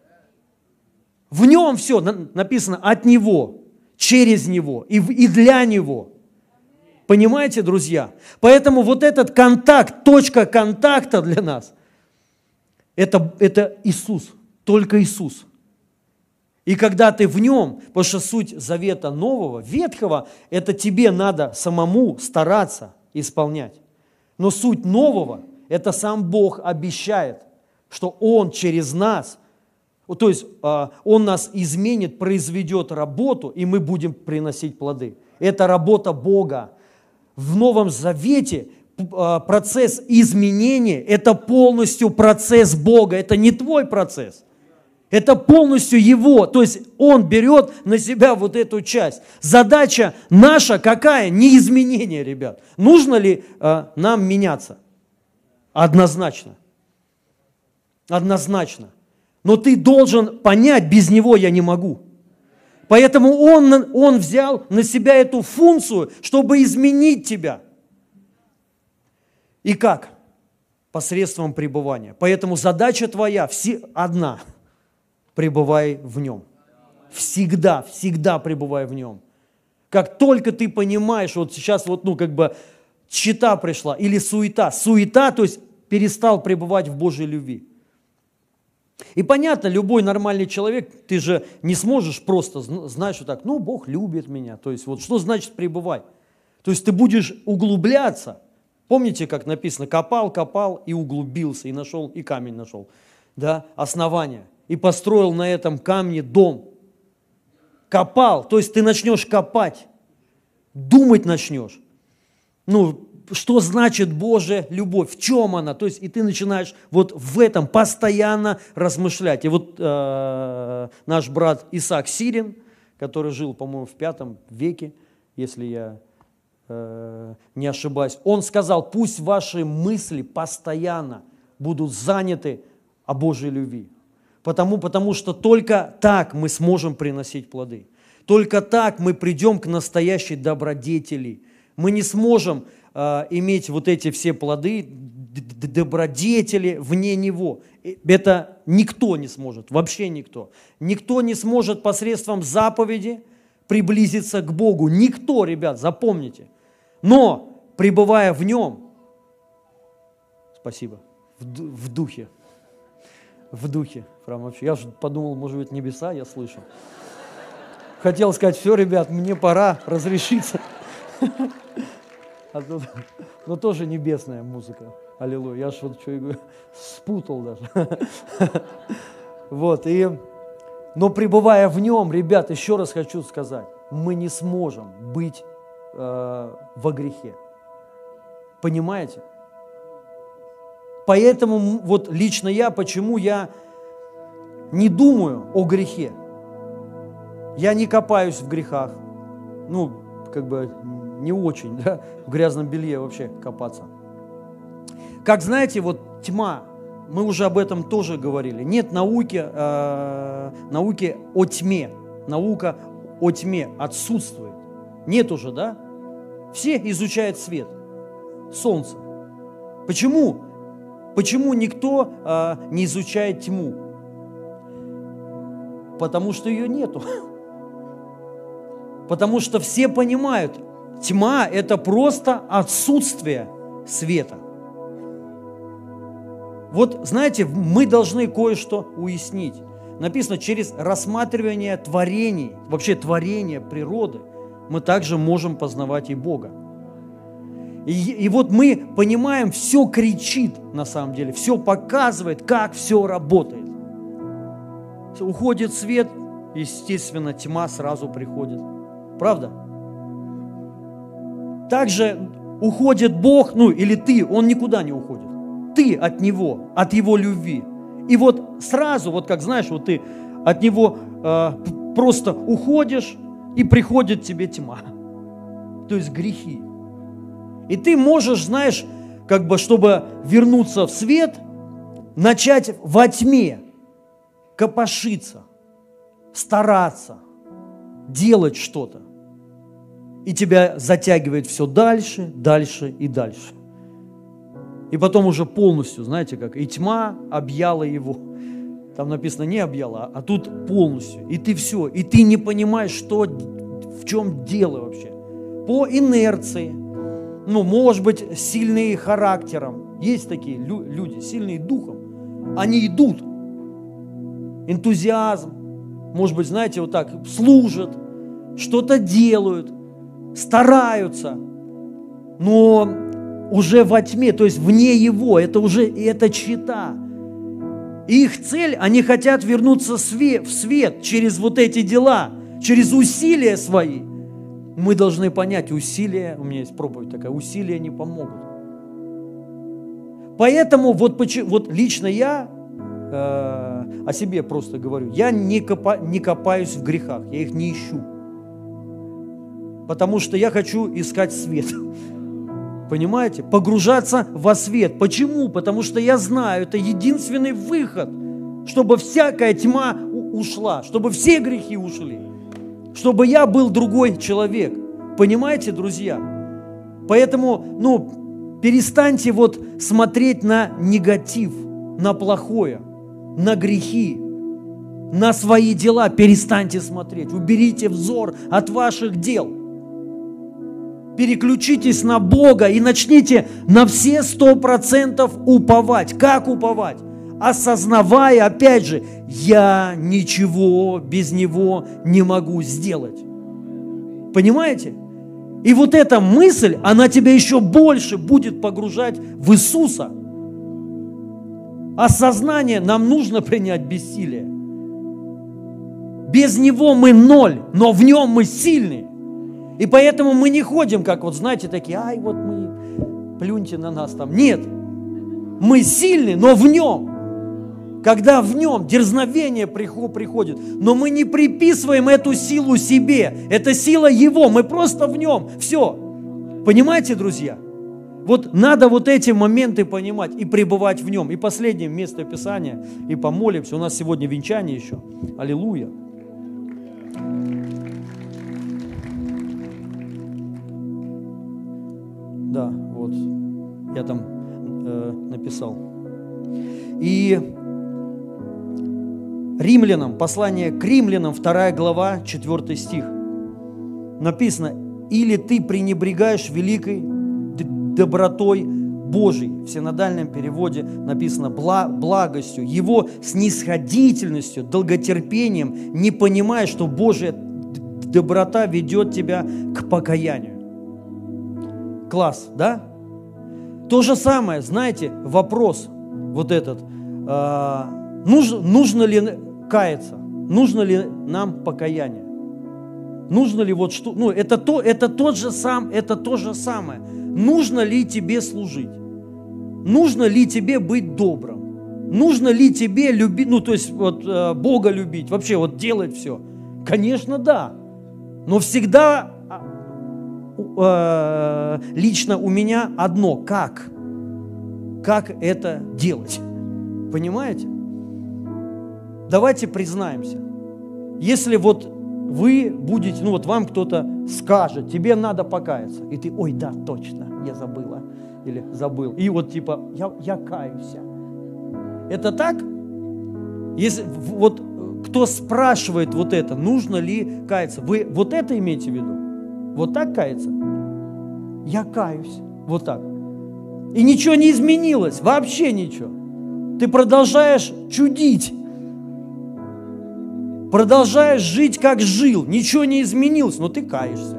В Нем все написано от Него, через Него и для Него. Понимаете, друзья? Поэтому этот контакт, точка контакта для нас, это Иисус, только Иисус. И когда ты в Нем, потому что суть завета нового, ветхого, это тебе надо самому стараться исполнять. Но суть нового, это сам Бог обещает, что Он через нас, то есть Он нас изменит, произведет работу, и мы будем приносить плоды. Это работа Бога. В Новом Завете процесс изменения, это полностью процесс Бога, это не твой процесс. Это полностью Его, то есть Он берет на себя эту часть. Задача наша какая? Не изменение, ребят. Нужно ли нам меняться? Однозначно. Однозначно. Но ты должен понять, без Него я не могу. Поэтому Он взял на себя эту функцию, чтобы изменить тебя. И как? Посредством пребывания. Поэтому задача твоя одна. Пребывай в Нем. Всегда, всегда пребывай в Нем. Как только ты понимаешь, сейчас тщета пришла или суета. Суета, то есть перестал пребывать в Божьей любви. И понятно, любой нормальный человек, ты же не сможешь просто знать, что так, Бог любит меня. То есть что значит пребывать? То есть ты будешь углубляться. Помните, как написано, копал, копал и углубился, и нашел, и камень нашел, да, основание, и построил на этом камне дом. Копал, то есть ты начнешь копать, думать начнешь. Ну, что значит Божья любовь, в чем она? То есть и ты начинаешь вот в этом постоянно размышлять. И вот наш брат Исаак Сирин, который жил, по-моему, в V веке, если я не ошибаюсь, он сказал, пусть ваши мысли постоянно будут заняты о Божьей любви. Потому что только так мы сможем приносить плоды. Только так мы придем к настоящей добродетели. Мы не сможем иметь вот эти все плоды, добродетели вне Него. Это никто не сможет, вообще никто. Никто не сможет посредством заповеди приблизиться к Богу. Никто, ребят, запомните. Но, пребывая в Нем, спасибо, в духе, прям вообще, я же подумал, может быть, небеса я слышу. Хотел сказать, все, ребят, мне пора разрешиться. Но тоже небесная музыка. Аллилуйя. Я ж вот что и говорю, спутал даже. Вот, но пребывая в Нем, ребят, еще раз хочу сказать, мы не сможем быть во грехе. Понимаете? Поэтому вот лично я, почему я не думаю о грехе. Я не копаюсь в грехах. Ну, как бы не очень, да, в грязном белье вообще копаться. Как знаете, вот тьма, мы уже об этом тоже говорили. Нет науки о тьме. Наука о тьме отсутствует. Нет уже, да? Все изучают свет, солнце. Почему? Почему никто не изучает тьму? Потому что ее нету. Потому что все понимают, тьма – это просто отсутствие света. Вот, знаете, мы должны кое-что уяснить. Написано, через рассматривание творений, вообще творения природы, мы также можем познавать и Бога. И вот мы понимаем, все кричит на самом деле, все показывает, как все работает. Уходит свет, естественно, тьма сразу приходит. Правда? Также уходит Бог, ну или ты, Он никуда не уходит. Ты от Него, от Его любви. И вот сразу, вот как знаешь, вот ты от Него просто уходишь, и приходит тебе тьма. То есть грехи. И ты можешь, знаешь, как бы, чтобы вернуться в свет, начать во тьме копошиться, стараться, делать что-то. И тебя затягивает все дальше, дальше и дальше. И потом уже полностью, знаете как, и тьма объяла его. Там написано не объяла, а тут полностью. И ты все, и ты не понимаешь, что, в чем дело вообще. По инерции, ну, может быть, сильные характером. Есть такие люди, сильные духом. Они идут. Энтузиазм. Может быть, знаете, вот так, служат, что-то делают, стараются. Но уже во тьме, то есть вне Его, это уже, это тщета. И их цель, они хотят вернуться в свет через вот эти дела, через усилия свои. Мы должны понять, усилия, у меня есть проповедь такая, усилия не помогут. Поэтому вот лично я о себе просто говорю, я не копаюсь в грехах, я их не ищу. Потому что я хочу искать свет. Понимаете? Погружаться во свет. Почему? Потому что я знаю, это единственный выход, чтобы всякая тьма ушла, чтобы все грехи ушли, чтобы я был другой человек. Понимаете, друзья? Поэтому, перестаньте вот смотреть на негатив, на плохое, на грехи, на свои дела. Перестаньте смотреть. Уберите взор от ваших дел. Переключитесь на Бога и начните на все 100% уповать. Как уповать? Осознавая, опять же, я ничего без Него не могу сделать. Понимаете? И вот эта мысль, она тебя еще больше будет погружать в Иисуса. Осознание нам нужно принять бессилие. Без Него мы ноль, но в Нем мы сильны. И поэтому мы не ходим, как вот, знаете, такие, ай, вот мы, плюньте на нас там. Нет, мы сильны, но в Нем. Когда в Нем дерзновение приходит, но мы не приписываем эту силу себе. Это сила Его, мы просто в Нем. Все. Понимаете, друзья? Вот надо вот эти моменты понимать и пребывать в Нем. И последнее место Писания, и помолимся. У нас сегодня венчание еще. Аллилуйя. Да, вот, я там написал. И Римлянам, послание к Римлянам, 2 глава, 4 стих. Написано, или ты пренебрегаешь великой добротой Божией. В синодальном переводе написано благостью, Его снисходительностью, долготерпением, не понимая, что Божья доброта ведет тебя к покаянию. Класс, да? То же самое, знаете, вопрос вот этот, нужно ли каяться, нужно ли нам покаяние, нужно ли вот что, ну это то же самое, нужно ли тебе служить, нужно ли тебе быть добрым, нужно ли тебе любить, ну то есть вот Бога любить, вообще вот делать все, конечно да, но всегда лично у меня одно, как это делать, понимаете? Давайте признаемся, если вот вы будете, ну вот вам кто-то скажет, тебе надо покаяться, и ты, ой, да, точно, я забыла, или забыл, и вот типа, я каюсь. Это так? Если вот кто спрашивает вот это, нужно ли каяться, вы вот это имеете в виду? Вот так каяться? Я каюсь. Вот так. И ничего не изменилось. Вообще ничего. Ты продолжаешь чудить. Продолжаешь жить, как жил. Ничего не изменилось, но ты каешься.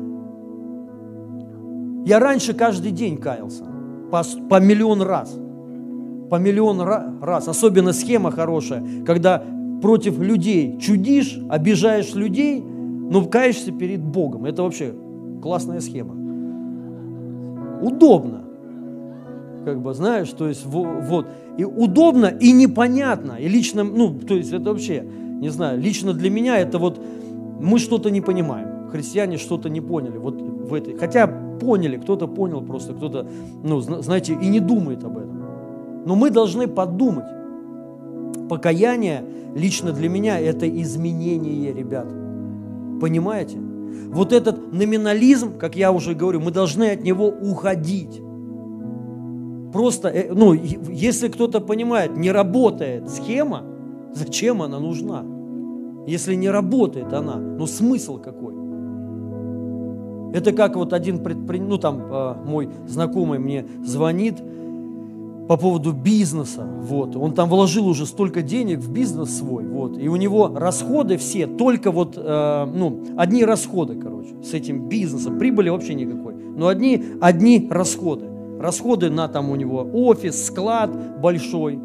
Я раньше каждый день каялся. По миллион раз. По миллион раз. Особенно схема хорошая, когда против людей чудишь, обижаешь людей, но каешься перед Богом. Это вообще классная схема. Удобно. Как бы, знаешь, то есть, вот. И удобно, и непонятно. И лично, ну, то есть, это вообще, не знаю, лично для меня это вот, мы что-то не понимаем. Христиане что-то не поняли вот в этой. Хотя поняли, кто-то понял просто, кто-то, ну, знаете, и не думает об этом. Но мы должны подумать. Покаяние лично для меня это изменение, ребят. Понимаете? Вот этот номинализм, как я уже говорю, мы должны от него уходить. Просто, ну, если кто-то понимает, не работает схема, зачем она нужна? Если не работает она, ну смысл какой? Это как вот один ну там мой знакомый мне звонит по поводу бизнеса, вот, он там вложил уже столько денег в бизнес свой, вот, и у него расходы все, только вот, ну, одни расходы, короче, с этим бизнесом, прибыли вообще никакой, но одни расходы. Расходы на там у него офис, склад большой,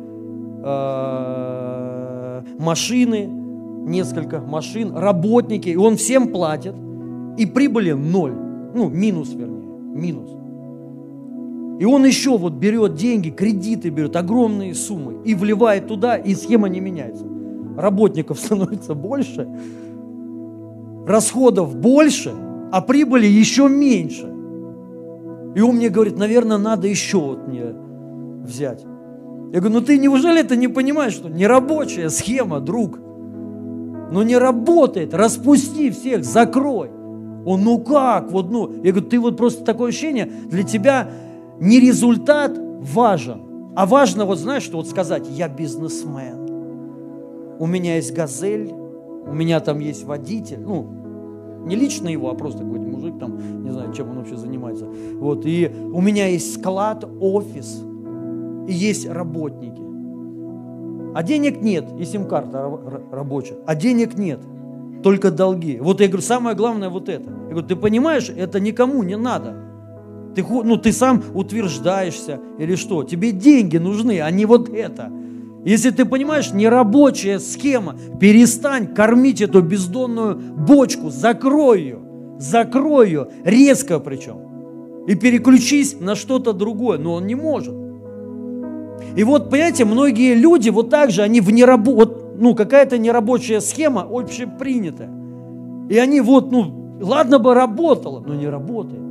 машины, несколько машин, работники, и он всем платит, и прибыли ноль, ну, минус, вернее, минус. И он еще вот берет деньги, кредиты берет, огромные суммы, и вливает туда, и схема не меняется. Работников становится больше, расходов больше, а прибыли еще меньше. И он мне говорит, наверное, надо еще вот мне взять. Я говорю, ну ты неужели ты не понимаешь, что нерабочая схема, друг? Ну не работает, распусти всех, закрой. Он, ну как, вот, ну. Я говорю, ты вот просто такое ощущение, для тебя не результат важен, а важно, вот знаешь, что вот сказать, я бизнесмен, у меня есть «Газель», у меня там есть водитель, ну, не лично его, а просто какой-то мужик там, не знаю, чем он вообще занимается. Вот, и у меня есть склад, офис, и есть работники. А денег нет, и сим-карта рабочая, а денег нет, только долги. Вот я говорю, самое главное вот это. Я говорю, ты понимаешь, это никому не надо. Ты сам утверждаешься или что? Тебе деньги нужны, а не вот это. Если ты понимаешь, нерабочая схема, перестань кормить эту бездонную бочку, закрой ее, резко причем, и переключись на что-то другое, но он не может. И вот, понимаете, многие люди вот так же, они какая-то нерабочая схема общепринятая, и они ладно бы работало, но не работает.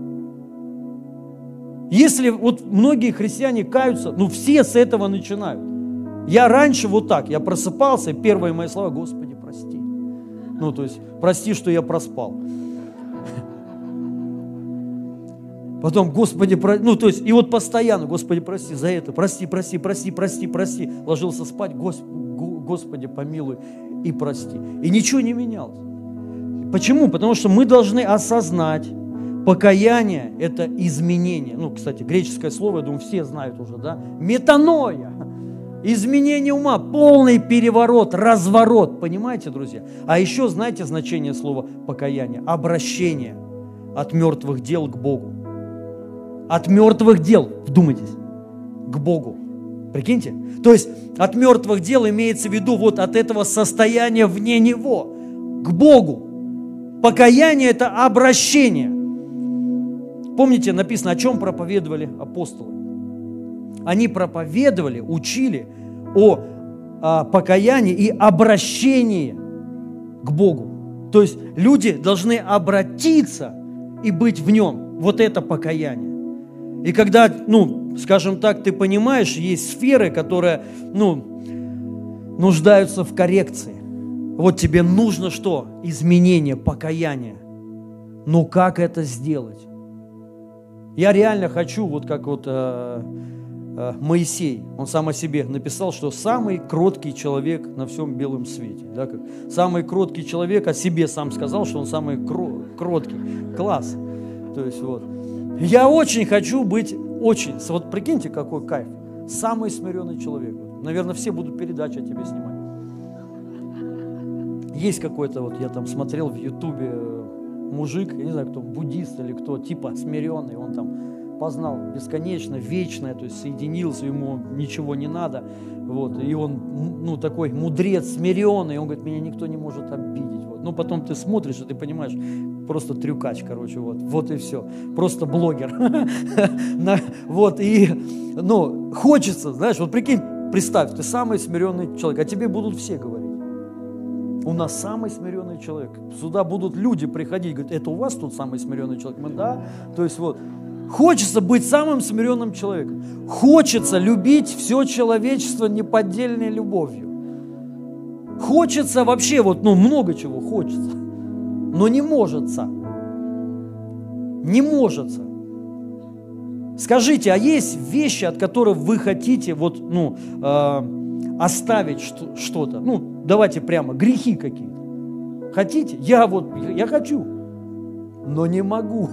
Если многие христиане каются, все с этого начинают. Я раньше я просыпался, первые мои слова, Господи, прости. Прости, что я проспал. Потом, Господи, и постоянно, Господи, прости за это, прости. Ложился спать, Господи, помилуй и прости. И ничего не менялось. Почему? Потому что мы должны осознать, покаяние – это изменение. Кстати, греческое слово, я думаю, все знают уже, да? Метаноя. Изменение ума, полный переворот, разворот. Понимаете, друзья? А еще знаете значение слова покаяние? Обращение от мертвых дел к Богу. От мертвых дел, вдумайтесь, к Богу. Прикиньте? То есть от мертвых дел имеется в виду от этого состояния вне Него, к Богу. Покаяние – это обращение. Помните, написано, о чем проповедовали апостолы? Они проповедовали, учили о покаянии и обращении к Богу. То есть люди должны обратиться и быть в нем. Вот это покаяние. И когда, скажем так, ты понимаешь, есть сферы, которые, нуждаются в коррекции. Вот тебе нужно что? Изменение, покаяние. Но как это сделать? Я реально хочу, как Моисей, он сам о себе написал, что самый кроткий человек на всем белом свете. Да, как самый кроткий человек о себе сам сказал, что он самый кроткий. Класс. То есть Я очень хочу быть, прикиньте, какой кайф. Самый смиренный человек. Наверное, все будут передачи о тебе снимать. Есть какой-то, я там смотрел в Ютубе мужик, я не знаю, кто, буддист или кто, типа смиренный, он там познал бесконечно, вечное, то есть соединился, ему ничего не надо, и он, такой мудрец, смиренный, он говорит, меня никто не может обидеть, Но потом ты смотришь, и ты понимаешь, просто трюкач, и все, просто блогер, хочется, знаешь, прикинь, представь, ты самый смиренный человек, а тебе будут все говорить. У нас самый смиренный человек. Сюда будут люди приходить, говорят, это у вас тут самый смиренный человек? Мы, да. То есть хочется быть самым смиренным человеком. Хочется любить все человечество неподдельной любовью. Хочется вообще, много чего хочется. Но не можется. Не можется. Скажите, а есть вещи, от которых вы хотите оставить что-то? Давайте прямо, грехи какие-то. Хотите? Я хочу, но не могу.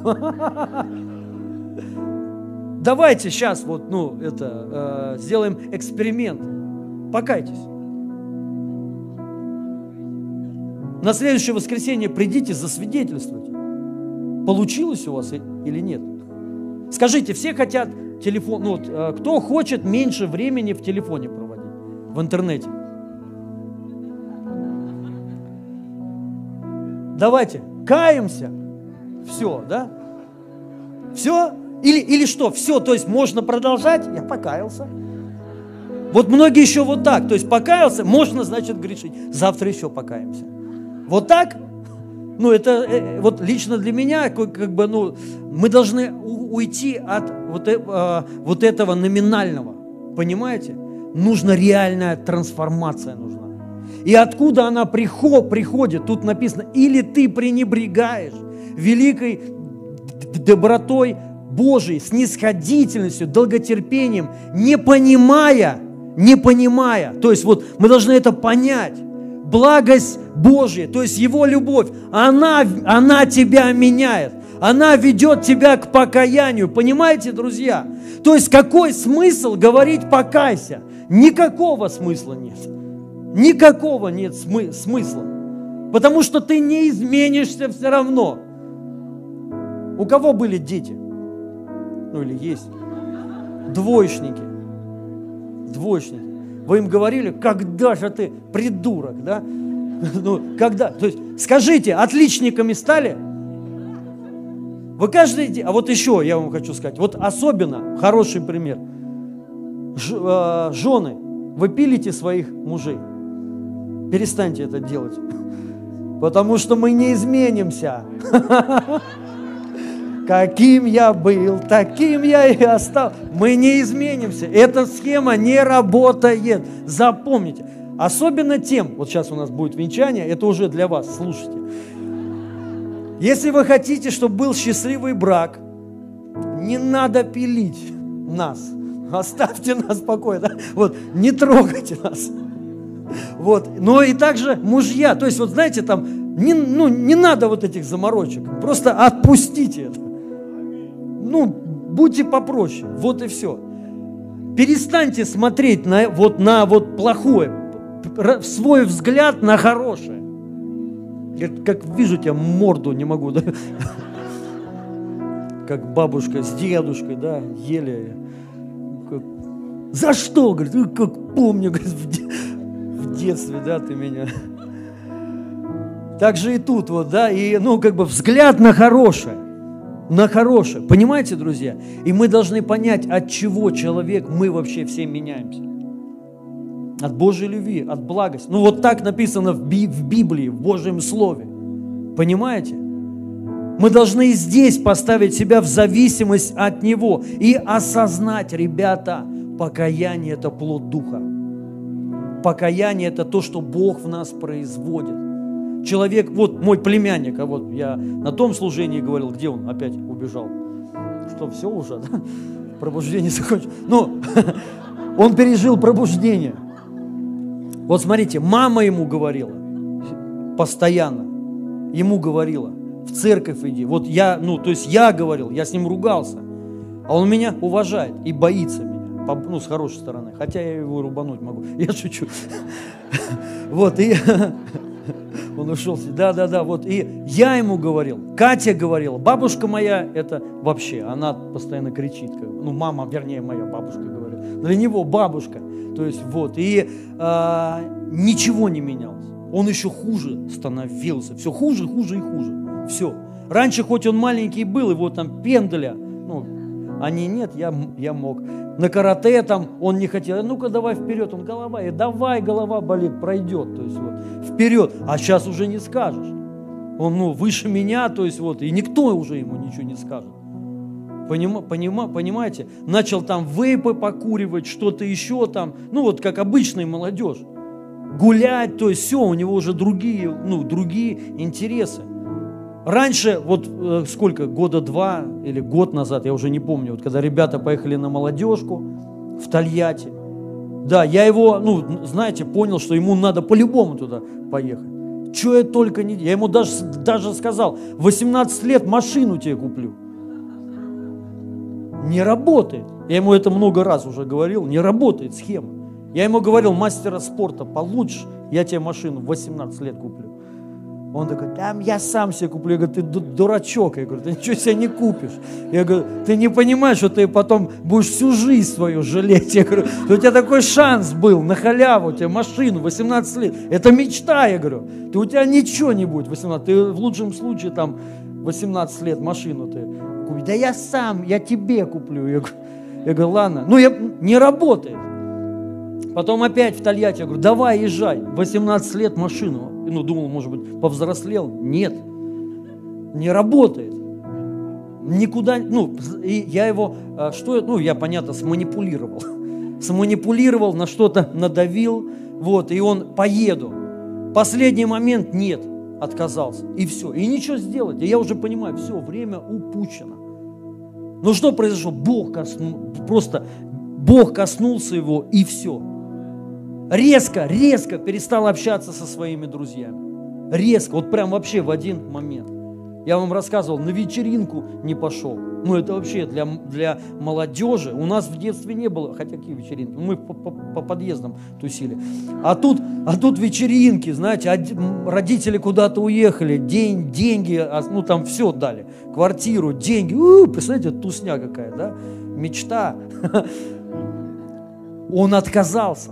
Давайте сейчас сделаем эксперимент. Покайтесь. На следующее воскресенье придите, засвидетельствуйте. Получилось у вас или нет? Скажите, все хотят телефон, кто хочет меньше времени в телефоне проводить, в интернете? Давайте, каемся. Все, да? Все? Или что? Все, то есть можно продолжать? Я покаялся. Многие еще так, то есть покаялся, можно, значит, грешить. Завтра еще покаемся. Так? Это лично для меня, мы должны уйти от этого номинального. Понимаете? Нужна реальная трансформация нужна. И откуда она приходит? Тут написано, или ты пренебрегаешь великой добротой Божией, снисходительностью, долготерпением, не понимая, то есть мы должны это понять, благость Божья, то есть Его любовь, она тебя меняет, она ведет тебя к покаянию, понимаете, друзья? То есть какой смысл говорить «покайся»? Никакого смысла нет. Никакого нет смысла. Потому что ты не изменишься все равно. У кого были дети? Ну или есть? Двоечники. Двоечники. Вы им говорили, когда же ты придурок, да? Ну, когда? То есть, скажите, отличниками стали? Вы каждый день, а вот еще я вам хочу сказать, вот особенно хороший пример. Жены, вы пилите своих мужей. Перестаньте это делать. Потому что мы не изменимся. Каким я был, таким я и остался. Мы не изменимся. Эта схема не работает. Запомните. Особенно тем, вот сейчас у нас будет венчание, это уже для вас, слушайте. Если вы хотите, чтобы был счастливый брак, не надо пилить нас. Оставьте нас в покое. Да? Вот, не трогайте нас. Вот. Но и также мужья. То есть, вот знаете, там не надо вот этих заморочек. Просто отпустите это. Ну, будьте попроще. Вот и все. Перестаньте смотреть на плохое. Свой взгляд на хорошее. Я как вижу тебя, морду не могу. Да? Как бабушка с дедушкой, да, еле. За что? Говорит, как помню, говорит, в детстве, да, ты меня. Так же и тут, вот, да, и, взгляд на хорошее. На хорошее. Понимаете, друзья? И мы должны понять, от чего мы вообще все меняемся. От Божьей любви, от благости. Ну, вот так написано в Библии, в Божьем Слове. Понимаете? Мы должны здесь поставить себя в зависимость от Него и осознать, ребята, покаяние – это плод Духа. Покаяние – это то, что Бог в нас производит. Человек, вот мой племянник, а вот я на том служении говорил, где он опять убежал. Что, все уже, да? Пробуждение закончилось. Ну, он пережил пробуждение. Вот смотрите, мама ему говорила постоянно, ему говорила, в церковь иди. Вот я говорил, я с ним ругался, а он меня уважает и боится меня, с хорошей стороны, хотя я его рубануть могу, я шучу. Вот, и он ушел, да, вот, и я ему говорил, Катя говорила, бабушка моя, это вообще, она постоянно кричит, мама, вернее, моя бабушка говорит, для него бабушка, то есть, вот, и ничего не менялось, он еще хуже становился, все хуже и хуже, все. Раньше, хоть он маленький был, его там пендаля, они нет, я мог. На карате там он не хотел, ну-ка давай вперед, он давай, голова болит, пройдет, то есть вот, вперед, а сейчас уже не скажешь. Он, выше меня, то есть вот, и никто уже ему ничего не скажет. Понимаете? Начал там вейпы покуривать, что-то еще там, как обычная молодежь. Гулять, то есть все, у него уже другие интересы. Раньше, года 2 или год назад, я уже не помню, вот когда ребята поехали на молодежку в Тольятти, да, я его, понял, что ему надо по-любому туда поехать. Что я только не... Я ему даже сказал, 18 лет машину тебе куплю. Не работает. Я ему это много раз уже говорил, не работает схема. Я ему говорил, мастера спорта получишь, я тебе машину в 18 лет куплю. Он такой, я сам себе куплю. Я говорю, ты дурачок. Я говорю, ты ничего себе не купишь. Я говорю, ты не понимаешь, что ты потом будешь всю жизнь свою жалеть. Я говорю, у тебя такой шанс был на халяву, у тебя машину 18 лет. Это мечта, я говорю. У тебя ничего не будет 18. Ты в лучшем случае 18 лет машину ты купишь. Да я сам, я тебе куплю. Я говорю, ладно. Не работает. Потом опять в Тольятти, я говорю, давай езжай, 18 лет машину. Думал, может быть, повзрослел. Нет, не работает. Никуда, и я его, я, понятно, сманипулировал. Сманипулировал, на что-то надавил, вот, и он, поеду. Последний момент, нет, отказался, и все. И ничего сделать, и я уже понимаю, все, время упущено. Но что произошло? Бог коснулся его, и все. Резко перестал общаться со своими друзьями. Резко, вот прям вообще в один момент. Я вам рассказывал, на вечеринку не пошел. Ну, это вообще для молодежи. У нас в детстве не было, хотя какие вечеринки? Мы по подъездам тусили. А тут вечеринки, знаете, родители куда-то уехали, деньги, ну, там все дали. Квартиру, деньги. Представляете, тусня какая, да? Мечта. Он отказался.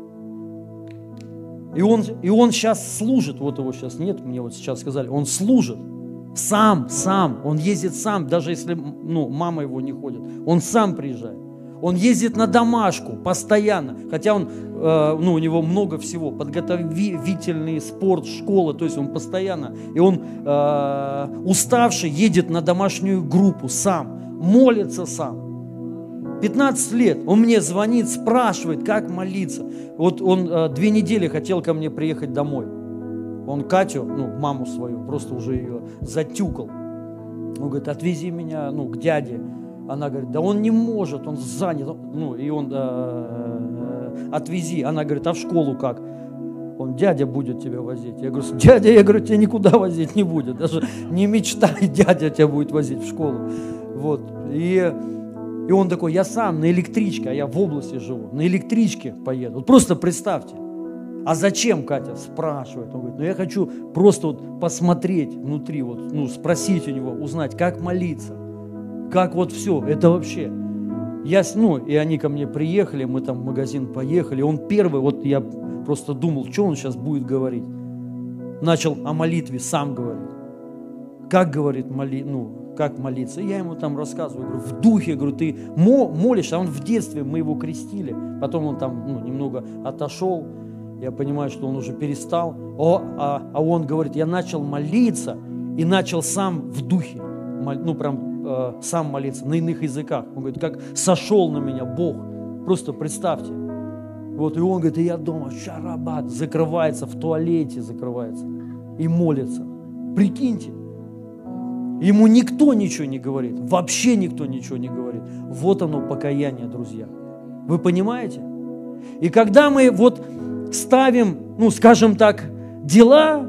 И он сейчас служит, вот его сейчас нет, мне вот сейчас сказали, он служит. Сам, он ездит сам, даже если мама его не ходит, он сам приезжает. Он ездит на домашку постоянно, хотя у него много всего, подготовительный спорт, школа, то есть он постоянно, и он уставший едет на домашнюю группу сам, молится сам. 15 лет, он мне звонит, спрашивает, как молиться. Вот он 2 недели хотел ко мне приехать домой. Он Катю, маму свою, просто уже ее затюкал. Он говорит, отвези меня, к дяде. Она говорит, да он не может, он занят. И он, отвези. Она говорит, а в школу как? Он, дядя будет тебя возить. Я говорю, дядя, тебя никуда возить не будет. Даже не мечтай, дядя тебя будет возить в школу. Вот. И он такой, я сам на электричке, а я в области живу, на электричке поеду. Вот просто представьте. А зачем, Катя, спрашивает. Он говорит, я хочу просто посмотреть внутри, спросить у него, узнать, как молиться, как все, это вообще. И они ко мне приехали, мы там в магазин поехали, он первый, я просто думал, что он сейчас будет говорить. Начал о молитве сам говорить. Как, говорит, как молиться? Я ему там рассказываю, говорю, в духе, говорю, ты молишься, а он в детстве, мы его крестили, потом он там немного отошел. Я понимаю, что он уже перестал. А он говорит, я начал молиться и начал сам в духе, сам молиться на иных языках. Он говорит, как сошел на меня Бог. Просто представьте. И он говорит, и я дома, шарабат, закрывается, в туалете закрывается и молится. Прикиньте. Ему никто ничего не говорит. Вообще никто ничего не говорит. Вот оно покаяние, друзья. Вы понимаете? И когда мы ставим, скажем так, дела,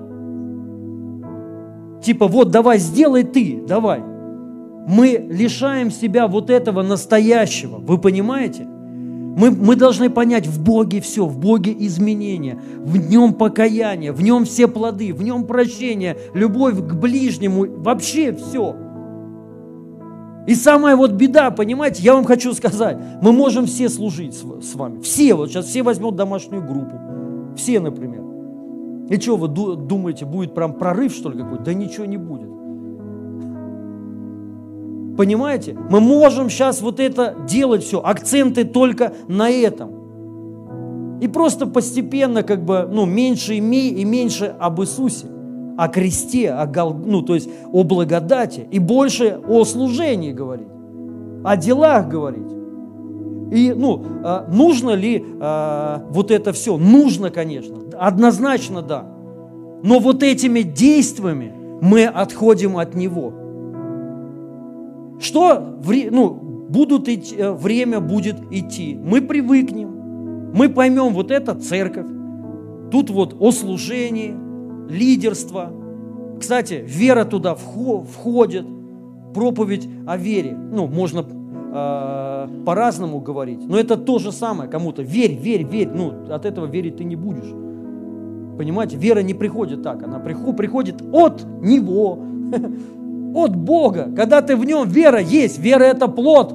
типа, давай, сделай ты, давай. Мы лишаем себя этого настоящего, вы понимаете? Мы должны понять, в Боге все, в Боге изменения, в Нем покаяние, в Нем все плоды, в Нем прощение, любовь к ближнему, вообще все. И самая беда, понимаете, я вам хочу сказать, мы можем все служить с вами, все, сейчас все возьмут домашнюю группу, все, например. И что вы думаете, будет прям прорыв, что ли, какой-то? Да ничего не будет. Понимаете? Мы можем сейчас это делать все, акценты только на этом. И просто постепенно меньше и меньше об Иисусе, о кресте, то есть о благодати, и больше о служении говорить, о делах говорить. И, нужно ли это все? Нужно, конечно, однозначно да. Но этими действиями мы отходим от Него. Время будет идти. Мы привыкнем, мы поймем, это церковь. Тут о служении, лидерство. Кстати, вера туда входит, проповедь о вере. Можно по-разному говорить, но это то же самое кому-то. Верь. От этого верить ты не будешь. Понимаете, вера не приходит так, она приходит от Него, от Бога. Когда ты в Нем, вера есть, вера – это плод.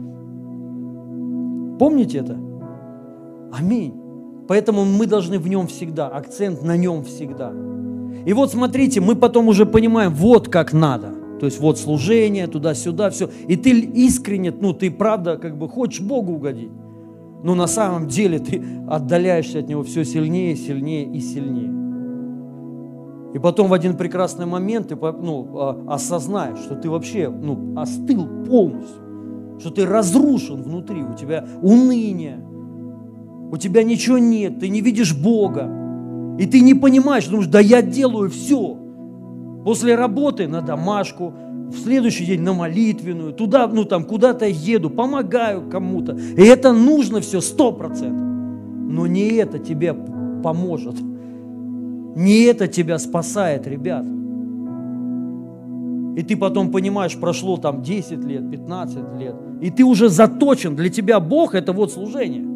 Помните это? Аминь. Поэтому мы должны в Нем всегда, акцент на Нем всегда. И смотрите, мы потом уже понимаем, как надо. То есть служение, туда-сюда, все. И ты искренне, ты правда хочешь Богу угодить. Но на самом деле ты отдаляешься от Него все сильнее, сильнее и сильнее. И потом в один прекрасный момент ты осознаешь, что ты вообще остыл полностью, что ты разрушен внутри, у тебя уныние, у тебя ничего нет, ты не видишь Бога. И ты не понимаешь, думаешь, да я делаю все. После работы на домашку, в следующий день на молитвенную, туда, куда-то еду, помогаю кому-то. И это нужно все 100%. Но не это тебе поможет. Не это тебя спасает, ребят. И ты потом понимаешь, прошло там 10 лет, 15 лет, и ты уже заточен, для тебя Бог – это вот служение.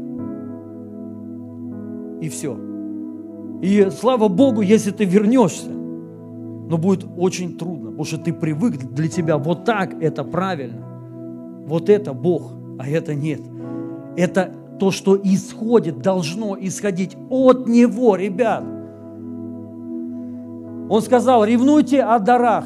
И все. И слава Богу, если ты вернешься, но будет очень трудно, потому что ты привык, для тебя вот так это правильно. Вот это Бог, а это нет. Это то, что исходит, должно исходить от Него, ребят. Он сказал, ревнуйте о дарах.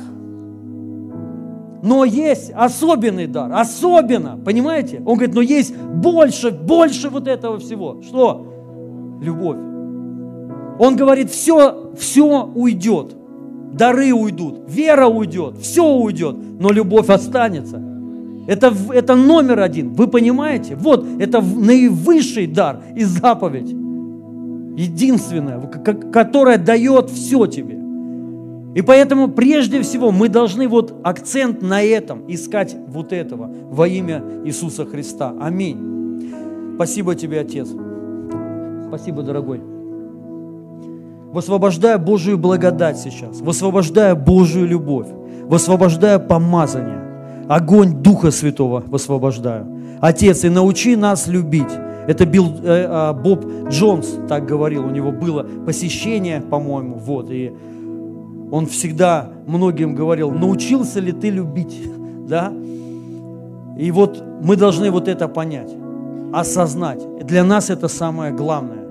Но есть особенный дар, особенно, понимаете? Он говорит, но есть больше вот этого всего. Что? Любовь. Он говорит, все уйдет, дары уйдут, вера уйдет, все уйдет, но любовь останется. Это номер один, вы понимаете? Вот, это наивысший дар и заповедь, единственная, которая дает все тебе. И поэтому прежде всего мы должны вот акцент на этом искать вот этого во имя Иисуса Христа. Аминь. Спасибо тебе, Отец. Спасибо, дорогой. Высвобождаю Божию благодать сейчас, высвобождаю Божию любовь, высвобождаю помазание, огонь Духа Святого высвобождаю. Отец, и научи нас любить. Это Боб Джонс так говорил, у него было посещение, по-моему, вот, и он всегда многим говорил, научился ли ты любить, да? И вот мы должны вот это понять, осознать. Для нас это самое главное.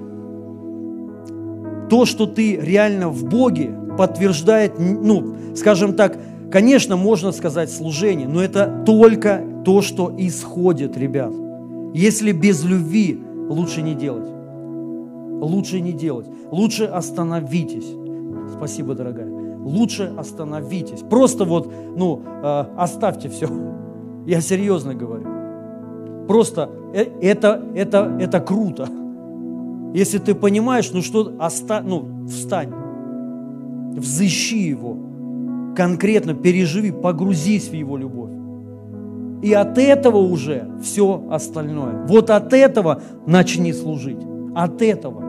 То, что ты реально в Боге, подтверждает, скажем так, конечно, можно сказать служение, но это только то, что исходит, ребят. Если без любви, лучше не делать. Лучше не делать. Лучше остановитесь. Спасибо, дорогая. Лучше остановитесь. Просто вот, оставьте все. Я серьезно говорю. Просто это круто. Если ты понимаешь, встань. Взыщи Его. Конкретно переживи, погрузись в Его любовь. И от этого уже все остальное. Вот от этого начни служить. От этого.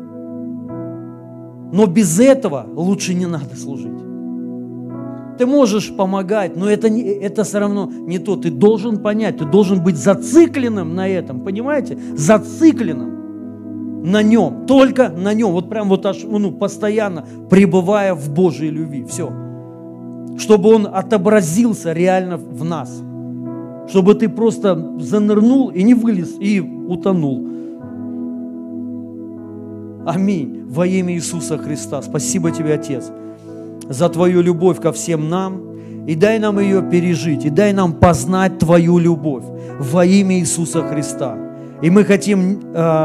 Но без этого лучше не надо служить. Ты можешь помогать, но это все равно не то. Ты должен понять, ты должен быть зацикленным на этом, понимаете? Зацикленным на нем, только на нем. Вот прям вот постоянно пребывая в Божьей любви. Все. Чтобы Он отобразился реально в нас. Чтобы ты просто занырнул и не вылез, и утонул. Аминь. Во имя Иисуса Христа. Спасибо тебе, Отец, за Твою любовь ко всем нам. И дай нам ее пережить. И дай нам познать Твою любовь во имя Иисуса Христа. И мы хотим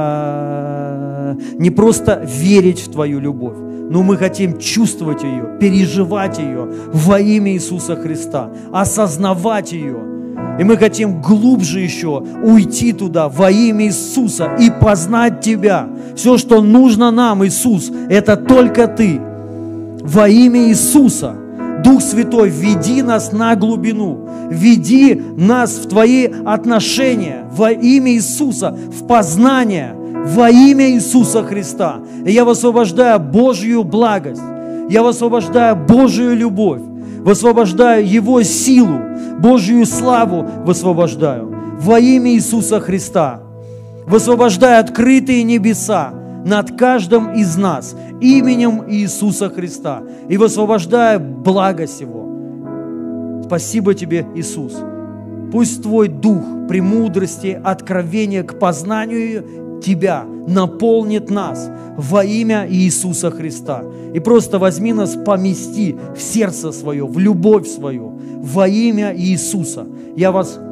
не просто верить в Твою любовь, но мы хотим чувствовать ее, переживать ее во имя Иисуса Христа, осознавать ее. И мы хотим глубже еще уйти туда во имя Иисуса и познать Тебя. Все, что нужно нам, Иисус, это только Ты. Во имя Иисуса. Дух Святой, веди нас на глубину. Веди нас в Твои отношения во имя Иисуса, в познание во имя Иисуса Христа. И я высвобождаю Божью благость. Я высвобождаю Божью любовь. Высвобождаю Его силу, Божью славу высвобождаю во имя Иисуса Христа. Высвобождаю открытые небеса над каждым из нас именем Иисуса Христа. И высвобождаю благость Его. Спасибо Тебе, Иисус. Пусть Твой Дух премудрости, откровения к познанию Тебя наполнит нас во имя Иисуса Христа. И просто возьми нас, помести в сердце свое, в любовь свою, во имя Иисуса. Я вас,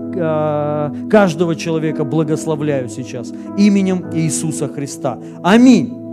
каждого человека благословляю сейчас именем Иисуса Христа. Аминь.